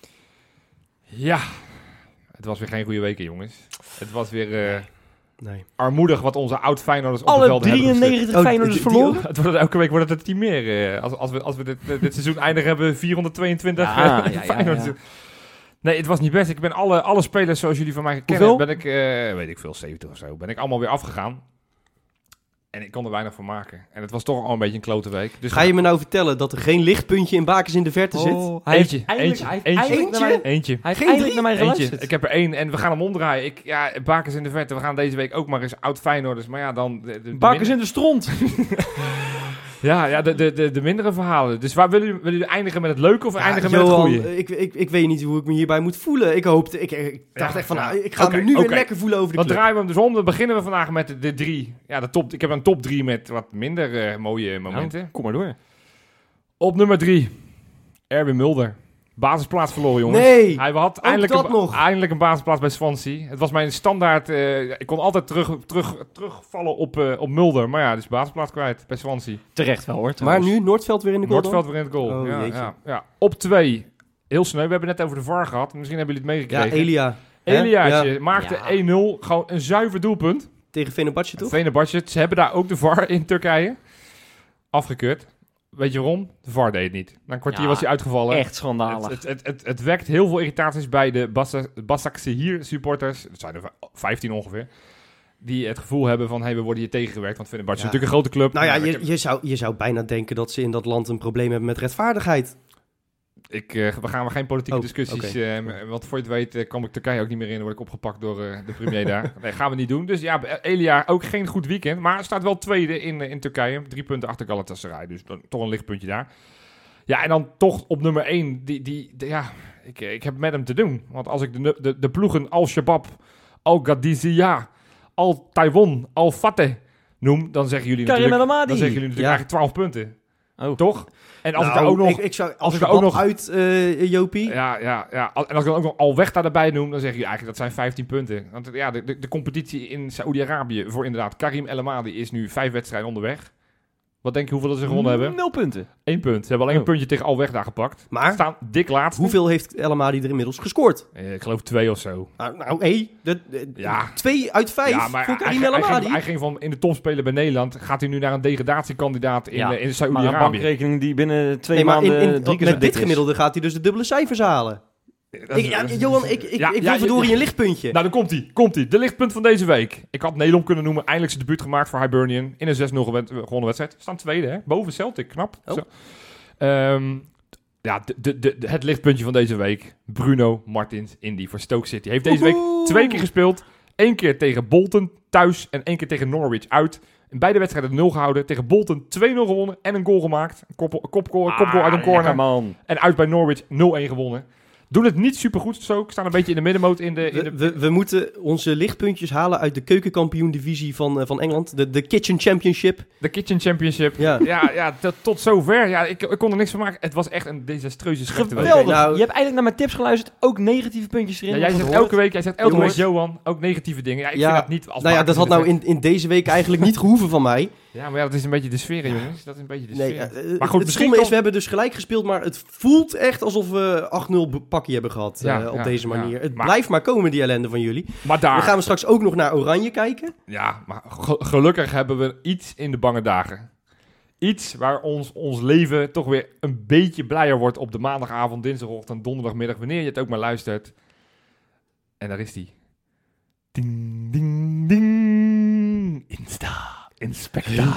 Ja. Het was weer geen goede weken, jongens. Het was weer uh, nee. armoedig wat onze oud-Feyenoorders op de veld hebben. Alle drieënnegentig Feyenoorders verloren. Het wordt elke week wordt het een team meer. Uh, als, als we, als we dit, uh, dit seizoen eindigen, hebben we vierhonderdtweeëntwintig ja, uh, ja, Feyenoorders. Ja, ja. Nee, het was niet best. Ik ben alle, alle spelers zoals jullie van mij kennen, ben ik, uh, weet ik veel, zeventig of zo, ben ik allemaal weer afgegaan. En ik kon er weinig van maken. En het was toch al een beetje een klote week. Dus ga je me nou vertellen dat er geen lichtpuntje in Bakens in de verte oh, zit? Hij eentje, heeft eentje, hij heeft eentje, eentje, eentje, naar mij, eentje. Hij heeft geen eindelijk naar mij geluisterd. Eentje. Ik heb er één en we gaan hem omdraaien. Ik, ja, Bakens in de verte. We gaan deze week ook maar eens oud Feyenoorders. Maar ja, dan... De, de, Bakens de in de stront. Ja, ja de, de, de, de mindere verhalen. Dus waar willen jullie, willen jullie eindigen met het leuke of ja, eindigen Johan, met het goede? Ik, ik, ik weet niet hoe ik me hierbij moet voelen. Ik hoopte, ik, ik dacht ja, echt van, ja. nou, ik ga okay, me nu okay. weer lekker voelen over de Dan club. draaien we hem dus om. Dan beginnen we vandaag met de, de drie. Ja, de top. Ik heb een top drie met wat minder uh, mooie momenten. Nou, kom maar door. Op nummer drie, Erwin Mulder. Basisplaats verloren, jongens. Nee, Hij had eindelijk dat een, nog. eindelijk een basisplaats bij Swansea. Het was mijn standaard... Uh, ik kon altijd terug, terug, terugvallen op, uh, op Mulder. Maar ja, dus basisplaats kwijt bij Swansea. Terecht wel, hoor. Maar nu Noordveld weer in de goal. Noordveld weer in het goal. Oh, ja, jeetje. ja, ja. Op twee, heel snel. We hebben het net over de V A R gehad. Misschien hebben jullie het Ja, meegekregen. Elia. Eliaatje Ja. maakte Ja. één nul. Gewoon een zuiver doelpunt. Tegen Fenerbahce, toch? Fenerbahce. Ze hebben daar ook de V A R in Turkije. Afgekeurd. Weet je waarom? De V A R deed het niet. Na een kwartier Ja, was hij uitgevallen. Echt schandalig. Het, het, het, het, het wekt heel veel irritaties bij de Başakşehir supporters. Dat zijn er vijftien ongeveer. Die het gevoel hebben van, hey, we worden hier tegengewerkt. Want Fenerbahce Ja. is natuurlijk een grote club. Nou ja, Maar je, je, zou, je zou bijna denken dat ze in dat land een probleem hebben met rechtvaardigheid. Ik, uh, we gaan we geen politieke Oh, discussies. okay. Uh, want voor je het weet uh, kwam ik Turkije ook niet meer in. Dan word ik opgepakt door uh, de premier daar. Nee, gaan we niet doen. Dus ja, Elia ook geen goed weekend. Maar staat wel tweede in, uh, in Turkije. Drie punten achter Galatasaray. Dus dan, toch een lichtpuntje daar. Ja, en dan toch op nummer één. Die, die, die, ja, ik, ik heb met hem te doen. Want als ik de, de, de ploegen Al-Shabaab, Al-Gadizia, Al-Taiwan, Al-Fateh noem, dan zeggen jullie Karim natuurlijk, El Amadi. dan zeggen jullie natuurlijk Ja. eigenlijk twaalf punten. Oh. Toch? En als nou, ik daar ook nog... Ik, ik zou, als, als ik ik er daar ook ook nog uit, uh, Jopie. Ja, ja, ja. En als ik dan ook nog Al-Wehda erbij noem, dan zeg je eigenlijk dat zijn vijftien punten. Want ja, de, de, de competitie in Saoedi-Arabië voor inderdaad Karim El Amadi is nu vijf wedstrijden onderweg. Wat denk je hoeveel dat ze gewonnen hebben? Nul punten. Eén punt. Ze hebben alleen Oh. een puntje tegen Al-Wehda gepakt. Maar Ze staan dik laatste. hoeveel heeft El Amadi er inmiddels gescoord? Eh, ik geloof twee of zo. Nou, nou hé, de, de- Ja. twee uit vijf Ja, maar voor hij, Karim hij, El hij, ging, Amadi. hij ging van in de top spelen bij Nederland. Gaat hij nu naar een degradatiekandidaat in, Ja, eh, in Maar een Saoedi-Arabië? bankrekening die binnen twee Nee, maar in, maanden in, drie keer met zo dik dit is. gemiddelde gaat hij dus de dubbele cijfers halen. Dat is- Ik, ja, dat is- Johan, ik, ik, Ja, ik ja, wil verdorie je- een lichtpuntje. Nou, dan komt hij. Komt hij. De lichtpunt van deze week. Ik had Nelom kunnen noemen. Eindelijk zijn debuut gemaakt voor Hibernian. In een zes nul gewen- gewonnen wedstrijd. Staan tweede, hè? Boven Celtic. Knap. Oh. Zo. Ehm, ja, de, de, de, het lichtpuntje van deze week. Bruno Martins Indy voor Stoke City. Heeft deze week Woehoe. twee keer gespeeld. Eén keer tegen Bolton thuis en één keer tegen Norwich uit. In beide wedstrijden nul gehouden. Tegen Bolton twee nul gewonnen en een goal gemaakt. Een kop, kop, kop, kopgoal uit een Ah, corner. lekker, man. En uit bij Norwich nul een gewonnen. Doen het niet supergoed zo. Staan een beetje in de middenmoot in de... In We, de we, we moeten onze lichtpuntjes halen uit de keukenkampioen-divisie van, uh, van Engeland. De, de Kitchen Championship. de Kitchen Championship. Ja. Ja, ja tot, tot zover. Ja, ik, ik kon er niks van maken. Het was echt een desastreuze slechte week. Geweldig. Oké, nou- Je hebt eigenlijk naar mijn tips geluisterd. Ook negatieve puntjes erin. Ja, jij Wat zegt gehoord. elke week, jij zegt elke Jongens. week Johan, ook negatieve dingen. Ja, ik Ja, vind dat niet als Nou ja, dat had nou marketing in, in deze week eigenlijk niet gehoeven van mij. Ja, maar ja, dat is een beetje de sfeer, jongens. Dat is een beetje de Nee, sfeer. uh, Maar goed, het misschien stomme is, kan- we hebben dus gelijk gespeeld, maar het voelt echt alsof we acht nul be- pakje hebben gehad Ja, uh, op ja, deze ja. manier. Het Maar- blijft maar komen, die ellende van jullie. Maar daar... Dan gaan we straks ook nog naar Oranje kijken. Ja, maar ge- gelukkig hebben we iets in de bange dagen. Iets waar ons, ons leven toch weer een beetje blijer wordt op de maandagavond, dinsdagochtend, donderdagmiddag, wanneer je het ook maar luistert. En daar is die. Ding, ding, ding. Insta. Inspecta.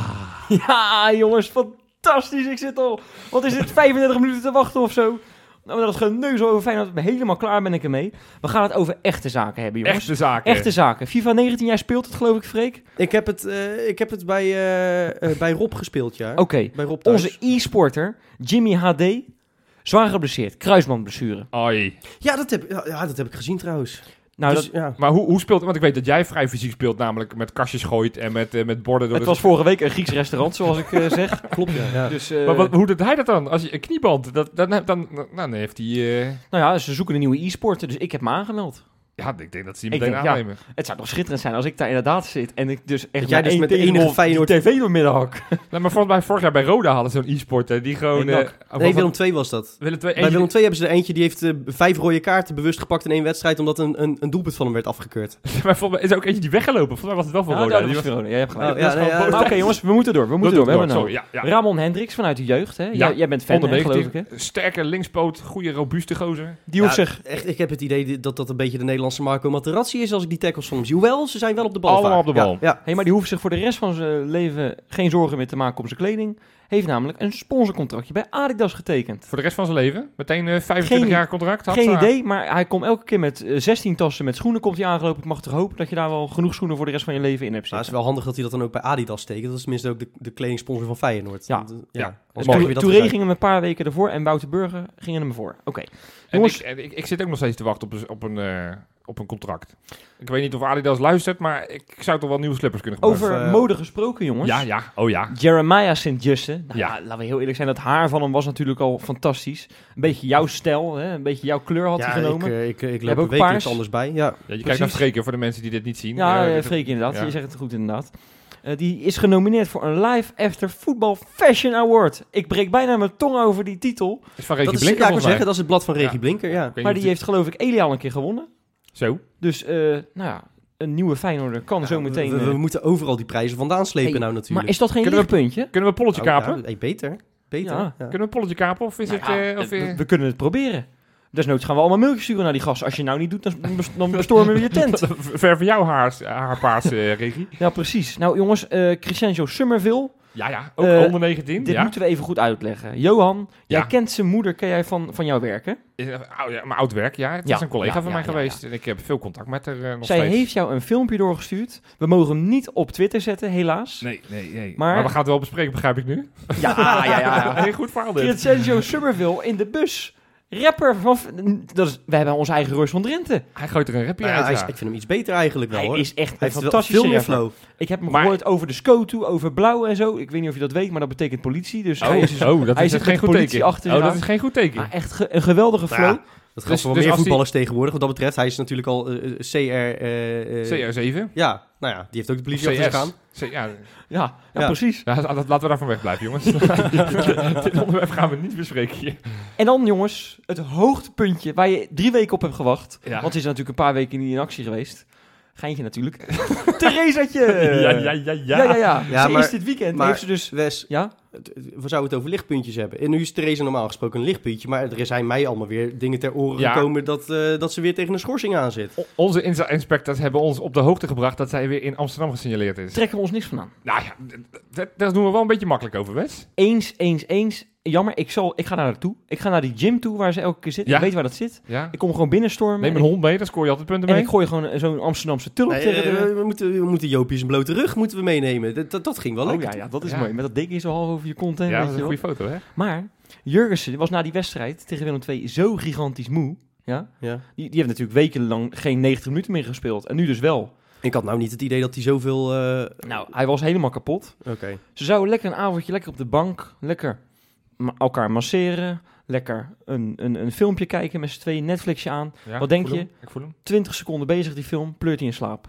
Ja, jongens, fantastisch. Ik zit al, wat is dit, vijfendertig minuten te wachten of zo? Nou, dat geneus over Feyenoord. Ik ben helemaal klaar ben ik ermee. We gaan het over echte zaken hebben, jongens. Echte zaken. Echte zaken. FIFA negentien, jij speelt het, geloof ik, Freek? Ik heb het, uh, ik heb het bij, uh, uh, bij Rob gespeeld, ja. Oké. Okay. Bij Rob thuis. Onze e-sporter, Jimmy H D, zwaar geblesseerd. Kruisbandblessure. Oi. Ja, dat heb, ja, ja, dat heb ik gezien trouwens. Nou, dus, dat, ja. Maar hoe, hoe speelt... Want ik weet dat jij vrij fysiek speelt, namelijk met kastjes gooit en met, uh, met borden door het de... was vorige week een Grieks restaurant, zoals ik uh, zeg. Klopt, ja. ja. Dus, uh, Maar wat, hoe doet hij dat dan? Als je een knieband, dat, dan, dan, dan, nou, dan heeft hij... Uh... Nou ja, ze zoeken een nieuwe e-sporter, dus ik heb me aangemeld. Ja, ik denk dat ze Ik die meteen denk, ja. aannemen. Het zou toch schitterend zijn als ik daar inderdaad zit en ik dus echt Dat jij maar dus één met de tegenbal enige Feyenoord- die tv doormidden hak. Nou, maar volgens mij vorig jaar bij Roda hadden ze zo'n e-sporter die gewoon... Nee, Uh, Nak. of- Nee, of- Willem twee was dat. Willem twee, Bij eentje- Willem twee hebben ze er eentje die heeft uh, vijf rode kaarten bewust gepakt in één wedstrijd, omdat een, een, een doelpunt van hem werd afgekeurd. Maar volgens mij is er ook eentje die weggelopen. Volgens mij was het wel voor Ja, Roda. dat Die was was- Verona. Jij hebt gelijk. Oh, ja, Dat is nee, gewoon ja, boos. Oké jongens, we moeten door. We moeten Dat door. We doet hebben het nou door, sorry, ja, ja. Ramon Hendricks vanuit de jeugd. Hè? Ja, Jij, jij bent fan, onder hè, geloof ik. negentien. Hè? Sterke linkspoot, goede robuuste gozer. Die Ja, hoeft zich... Echt, ik heb het idee dat dat een beetje de Nederlandse Marco Materazzi is als ik die tackles van hem zie. Hoewel, ze zijn wel op de bal. Allemaal vaak. op de bal. Ja, ja. Hey, maar die hoeft zich voor de rest van zijn leven geen zorgen meer te maken om zijn kleding. Heeft namelijk een sponsorcontractje bij Adidas getekend. Voor de rest van zijn leven. Meteen uh, vijfentwintig jaar contract. Had Geen ze- idee, maar hij komt elke keer met uh, zestien tassen met schoenen komt hij aangelopen. Ik mag toch hopen dat je daar wel genoeg schoenen voor de rest van je leven in hebt Maar het is zitten. wel handig dat hij dat dan ook bij Adidas tekent. Dat is tenminste ook de, de kledingsponsor van Feyenoord. Ja. Want, uh, Ja. ja. Dus Anders krijg je weer dat Touré gezeik. ging hem een paar weken ervoor en Wouter Burger gingen hem ervoor. Oké. En Jongens- ik, en ik, ik zit ook nog steeds te wachten op een, op een, uh, op een contract. Ik weet niet of Adidas luistert, maar ik zou toch wel nieuwe slippers kunnen gebruiken. Over Of, uh, mode gesproken, jongens. Ja, ja. Oh ja. Jeremiah Sint-Juste. Nou, Ja. ja. Laten we heel eerlijk zijn, dat haar van hem was natuurlijk al fantastisch. Een beetje jouw stijl, hè? Een beetje jouw kleur had Ja, hij genomen. ik, uh, ik, ik hebt loop ook er wekelijks paars. anders bij. Ja. Ja, je kijkt naar Precies. Freken voor de mensen die dit niet zien. Ja, Uh, uh, dit- Freek inderdaad. ja. Je zegt het goed inderdaad. Uh, die is genomineerd voor een Live After Football Fashion Award. Ik breek bijna mijn tong over die titel. Is van Dat Regie is, Blinker ja, ik wil volgens mij. zeggen, dat is het blad van Regie Ja. Blinker. Ja. Ik weet Maar niet die of heeft geloof ik Elia al een keer gewonnen. Zo. Dus, uh, nou ja, een nieuwe Feyenoorder kan Ja, zo meteen... we, we, we uh, moeten overal die prijzen vandaan slepen Hey, nou maar natuurlijk. is dat geen Kunnen we- lichtpuntje? Kunnen we een polletje Oh, kapen? ja, hey, beter. Beter. Ja. Ja. Kunnen we een polletje kapen? Of is Nou het... ja, uh, of, we, uh, we kunnen het proberen. Desnoods gaan we allemaal mailtjes sturen naar die gasten. Als je nou niet doet, dan, bes- dan bestormen we je tent. ver van jouw haar, haarpaars, uh, Regie. Ja, precies. Nou jongens, uh, Crescencio Summerville. Ja, ja. Ook Eh, onder negentien. Dit ja. moeten we even goed uitleggen. Johan, jij Ja. kent zijn moeder, ken jij van, van jouw werken? Is, uh, oh, ja, mijn oud werk, ja. Het Ja, is een collega ja, van ja, mij ja, geweest. En ik heb veel contact met haar uh, nog Zij steeds. heeft jou een filmpje doorgestuurd. We mogen hem niet op Twitter zetten, helaas. Nee, nee, nee. Maar- Maar, we gaan het wel bespreken, begrijp ik nu. Ja, ja, ja. ja. Heel goed verhaal dit. Crescencio Summerville in de bus. Rapper van... Dat is, we hebben onze eigen Royce van Drenthe. Hij gooit er een rapje Nou ja, uit, hij is- ja. ik vind hem iets beter eigenlijk wel, Hij hoor. is echt Hij een heeft wel fantastische veel meer rapper. flow. Ik heb hem Maar- gehoord over de SCOTO, over blauw en zo. Ik weet niet of je dat weet, maar dat betekent politie. Dus Oh, hij is, dus- oh, dat hij is zit geen met goed politie teken. achter Oh, zich dat aan. is geen goed teken. Maar echt ge- een geweldige flow. Nou ja, dat geldt Dus- voor wel dus meer als die- voetballers tegenwoordig. Wat dat betreft, hij is natuurlijk al eh, eh, C R... eh, eh, C R zeven. Ja, nou ja, die heeft ook de politie Of achter C S. zich aan. C- ja, Ja, ja, Ja. precies. ja, dat- laten we daarvan wegblijven, jongens. Dit onderwerp gaan we niet bespreken hier. En dan, jongens, het hoogtepuntje waar je drie weken op hebt gewacht. Ja. Want ze is natuurlijk een paar weken niet in actie geweest. Geintje natuurlijk. Theresatje! Ja, ja, ja, ja. Ja, ja, ja. Ja, ze maar- is dit weekend. maar- heeft ze dus... Wes, Ja? het- we zouden het over lichtpuntjes hebben. En nu is Theresa normaal gesproken een lichtpuntje. Maar er zijn mij allemaal weer dingen ter oren Ja. gekomen dat, eh, dat ze weer tegen een schorsing aan zit. O- Onze insta- inspectors hebben ons op de hoogte gebracht dat zij weer in Amsterdam gesignaleerd is. Trekken we ons niks van aan. Nou ja, d- d- daar doen we wel een beetje makkelijk over, Wes. Eens, eens, eens. Jammer, ik, zal, ik ga naar naartoe. Ik ga naar die gym toe waar ze elke keer zit. Ja. Ik weet waar dat zit. Ja. Ik kom gewoon binnenstormen. Neem en een ik- hond mee, dan scoor je altijd punten En mee. ik gooi gewoon zo'n Amsterdamse tulp Nee, tegen eh, de... we, moeten, we moeten Joopie zijn blote rug moeten we meenemen. Dat, dat, dat ging wel Oh lekker. ja, ja, dat is Ja. mooi. Met dat deken zo half over je kont heen. Ja, weet dat is je een wel. goede foto, hè? Maar Jurgensen was na die wedstrijd tegen Willem twee zo gigantisch moe. Ja? Ja. Die, die heeft natuurlijk wekenlang geen negentig minuten meer gespeeld. En nu dus wel. Ik had nou niet het idee dat hij zoveel... eh, Nou, hij was helemaal kapot. Oké. Ze zouden lekker een avondje lekker op de bank, lekker ma- elkaar masseren, lekker een, een, een filmpje kijken met z'n tweeën, Netflixje aan. Ja, Wat ik denk voel je? hem, Ik voel hem. twintig seconden bezig die film, pleurt hij in slaap.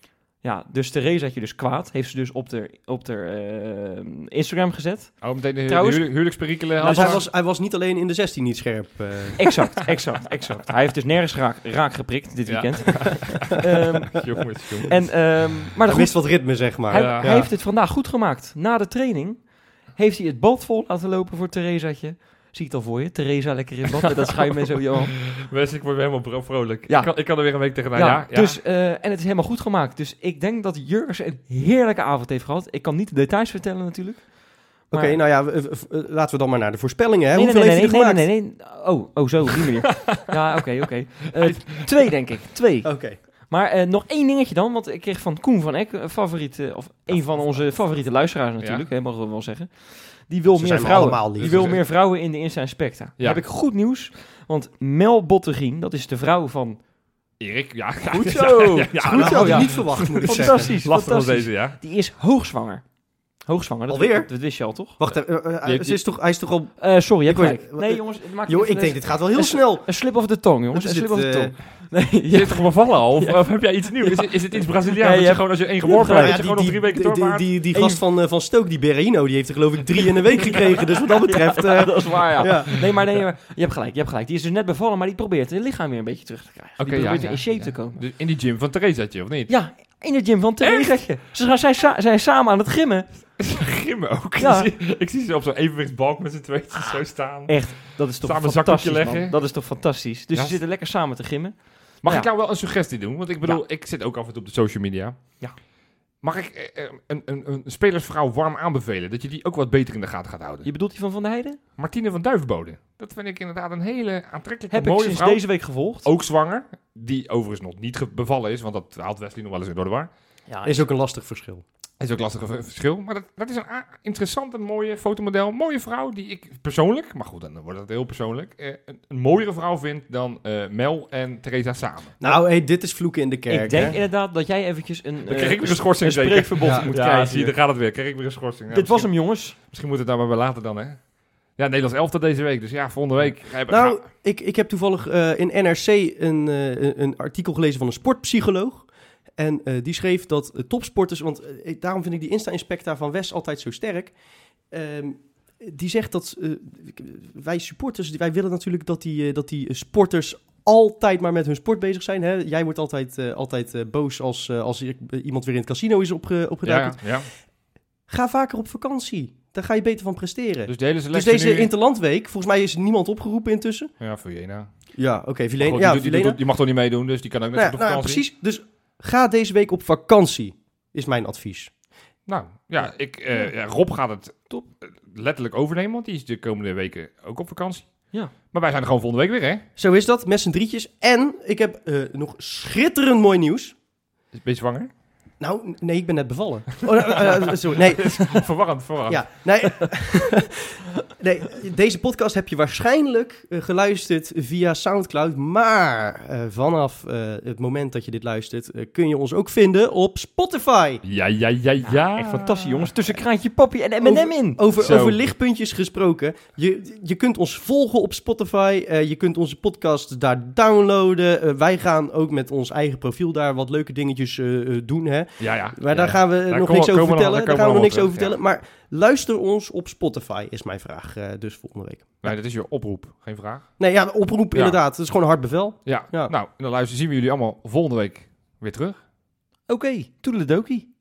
Ja, dus Theresa had je dus kwaad. Heeft ze dus op de, op de eh, Instagram gezet. Oh, meteen de, Trouwens- de huwelijk- huwelijksperikelen. Dus had hij maar- was, hij was niet alleen in de zestien niet scherp. eh. Exact, exact, exact. Hij heeft dus nergens raak, raak geprikt dit Ja. weekend. Ehm, Jongens, jongens. en, ehm, maar Hij goed, mist wat ritme, zeg maar. hij, Ja. hij heeft het vandaag goed gemaakt. Na de training heeft hij het bad vol laten lopen voor Theresaatje. Zie je het al voor je? Theresa lekker in bad met dat schuim en zo, Johan. Wes, ik word weer helemaal bro- vrolijk. Ja. Ik, kan, ik kan er weer een week tegenaan. Ja, Ja, ja. Dus, eh, en het is helemaal goed gemaakt. Dus ik denk dat Jurgensen een heerlijke avond heeft gehad. Ik kan niet de details vertellen natuurlijk. Oké, Maar- nou ja, we- we- we- laten we dan maar naar de voorspellingen. Hè? Nee, nee, Hoeveel nee, heeft nee, hij nee, er nee, gemaakt? nee, nee. Oh, oh, zo, op die manier. Ja, oké, oké. Eh, twee, denk ik. Twee. Oké. Maar eh, nog één dingetje dan, want ik kreeg van Koen van Eck, een favoriet, eh, of een van onze favoriete luisteraars natuurlijk, hè, mogen we wel zeggen. Die wil Ze meer zijn me vrouwen. allemaal lief. Die wil meer vrouwen in de Insta Inspecta. Ja. Heb ik goed nieuws, want Mel Bottegien, dat is de vrouw van... Erik, ja. Goed ja, zo. ja, ja, Goed dat zo, had ik ja. niet verwacht, moet ik zeggen. Fantastisch, lastig als fantastisch. deze, ja. Die is hoogzwanger. Hoogzwanger, dat, Alweer? dat wist je al, toch? Wacht, even, eh, eh, Je- ze is toch, hij is toch al... Eh, sorry, je hebt Ik gelijk. word- Nee, jongens, het maakt Joh, niet ik uit. denk, dit gaat wel heel Een- snel. Een slip of the tongue, jongens. Wat Een is slip of dit, the eh, tongue. Nee, Je zit toch bevallen al? Of, Ja. of heb jij iets nieuws? Is, het- is het iets Braziliaans? Ja, je dat je hebt- gewoon als je één je geboorte hebt hebt, dat Nou je ja, gewoon nog drie weken die, doormaakt? die, die Eén- gast van, eh, van Stoke, die Berahino, die heeft er geloof ik drie in een week gekregen. Dus wat dat betreft... eh, dat is waar, ja. ja. Nee, maar, nee, maar je hebt gelijk, je hebt gelijk. Die is dus net bevallen, maar die probeert het lichaam weer een beetje terug te krijgen. Oké, die ja, probeert ja, weer in shape ja. te komen. Dus in die gym van Theresaatje, of niet? Ja, in de gym van Theresaatje. Ze gaan, zijn, sa- zijn samen aan het gimmen. Gimmen ook. Ja. Ik, zie, ik zie ze op zo'n evenwichtsbalk met z'n tweeën zo staan. Echt, dat is toch Samen een fantastisch, zakdoekje man. leggen. Dat is toch fantastisch. Dus Ja. ze zitten lekker samen te gimmen. Mag Ja. ik jou wel een suggestie doen? Want ik bedoel, ik zit ook af en toe op de social media. Ja. Mag ik eh, eh, een, een, een spelersvrouw warm aanbevelen? Dat je die ook wat beter in de gaten gaat houden? Je bedoelt die van Van der Heijden? Martine van Duivenbode. Dat vind ik inderdaad een hele aantrekkelijke, Heb ik mooie sinds vrouw. deze week gevolgd. Ook zwanger. Die overigens nog niet ge- bevallen is. Want dat haalt Wesley nog wel eens in door de war. Ja, Is ook een lastig verschil. Is ook lastig een verschil. Maar dat, dat is een a- interessante, mooie fotomodel. Mooie vrouw die ik persoonlijk, maar goed, dan wordt het heel persoonlijk, eh, een, een mooiere vrouw vind dan eh, Mel en Theresa samen. Nou, hey, dit is vloeken in de kerk. ik denk hè? inderdaad dat jij eventjes een, Dan eh, krijg ik weer een schorsing een zeker. spreekverbod Ja. moet Ja, krijgen. zie je, daar gaat het weer. Krijg ik weer een schorsing. Ja, Dit was misschien- hem, jongens. Misschien moet het nou maar weer later dan, hè? Ja, Nederlands elftal deze week. Dus ja, volgende week. ga je- Nou, ga- ik, ik heb toevallig eh, in N R C een, eh, een, een artikel gelezen van een sportpsycholoog. En eh, die schreef dat eh, topsporters, want eh, ik- daarom vind ik die Insta-inspecta van Wes altijd zo sterk. Ehm, die zegt dat eh, wij supporters, wij willen natuurlijk dat die, eh, dat die sporters altijd maar met hun sport bezig zijn. Hè? Jij wordt altijd, eh, altijd eh, boos als, eh, als i- iemand weer in het casino is opge, opgeduikeld. ja, ja. Ga vaker op vakantie. Daar ga je beter van presteren. Dus de hele Dus selectie deze nu... Interlandweek, volgens mij is niemand opgeroepen intussen. Ja, voor Jena. Ja, oké, Maar Vilena. goed, Ja, die, die, Vilena. die, die mag toch niet meedoen, dus die kan ook net Nou, op ja, nou, ja, vakantie. precies. Dus ga deze week op vakantie, is mijn advies. Nou, ja, ik, eh, ja, Rob gaat het top, eh, letterlijk overnemen, want die is de komende weken ook op vakantie. Ja. Maar wij zijn er gewoon volgende week weer, hè? Zo is dat, met z'n drietjes. En ik heb eh, nog schitterend mooi nieuws. Ben je zwanger? Nou, nee, ik ben net bevallen. Oh, uh, uh, sorry, nee. verwarrend, verwarrend. Ja, nee, nee, deze podcast heb je waarschijnlijk uh, geluisterd via Soundcloud. Maar uh, vanaf uh, het moment dat je dit luistert, uh, kun je ons ook vinden op Spotify. Ja, ja, ja, ja. ja. Echt fantastisch, jongens. Tussen Kraantje Papi en M en M in. Over, over lichtpuntjes gesproken. Je, je kunt ons volgen op Spotify. Uh, je kunt onze podcast daar downloaden. Uh, wij gaan ook met ons eigen profiel daar wat leuke dingetjes uh, doen, hè. Ja, ja. Maar daar ja, gaan we daar nog komen, niks over komen vertellen. nog, daar gaan we nog niks terug, over vertellen. Ja. Maar luister ons op Spotify, is mijn vraag. Uh, dus volgende week. Nee, dat is je oproep. Geen vraag. Nee, ja, de oproep Ja. inderdaad. Dat is gewoon een hard bevel. Ja. Ja. Nou, en dan luisteren zien we jullie allemaal volgende week weer terug. Oké, okay, toedeledokie.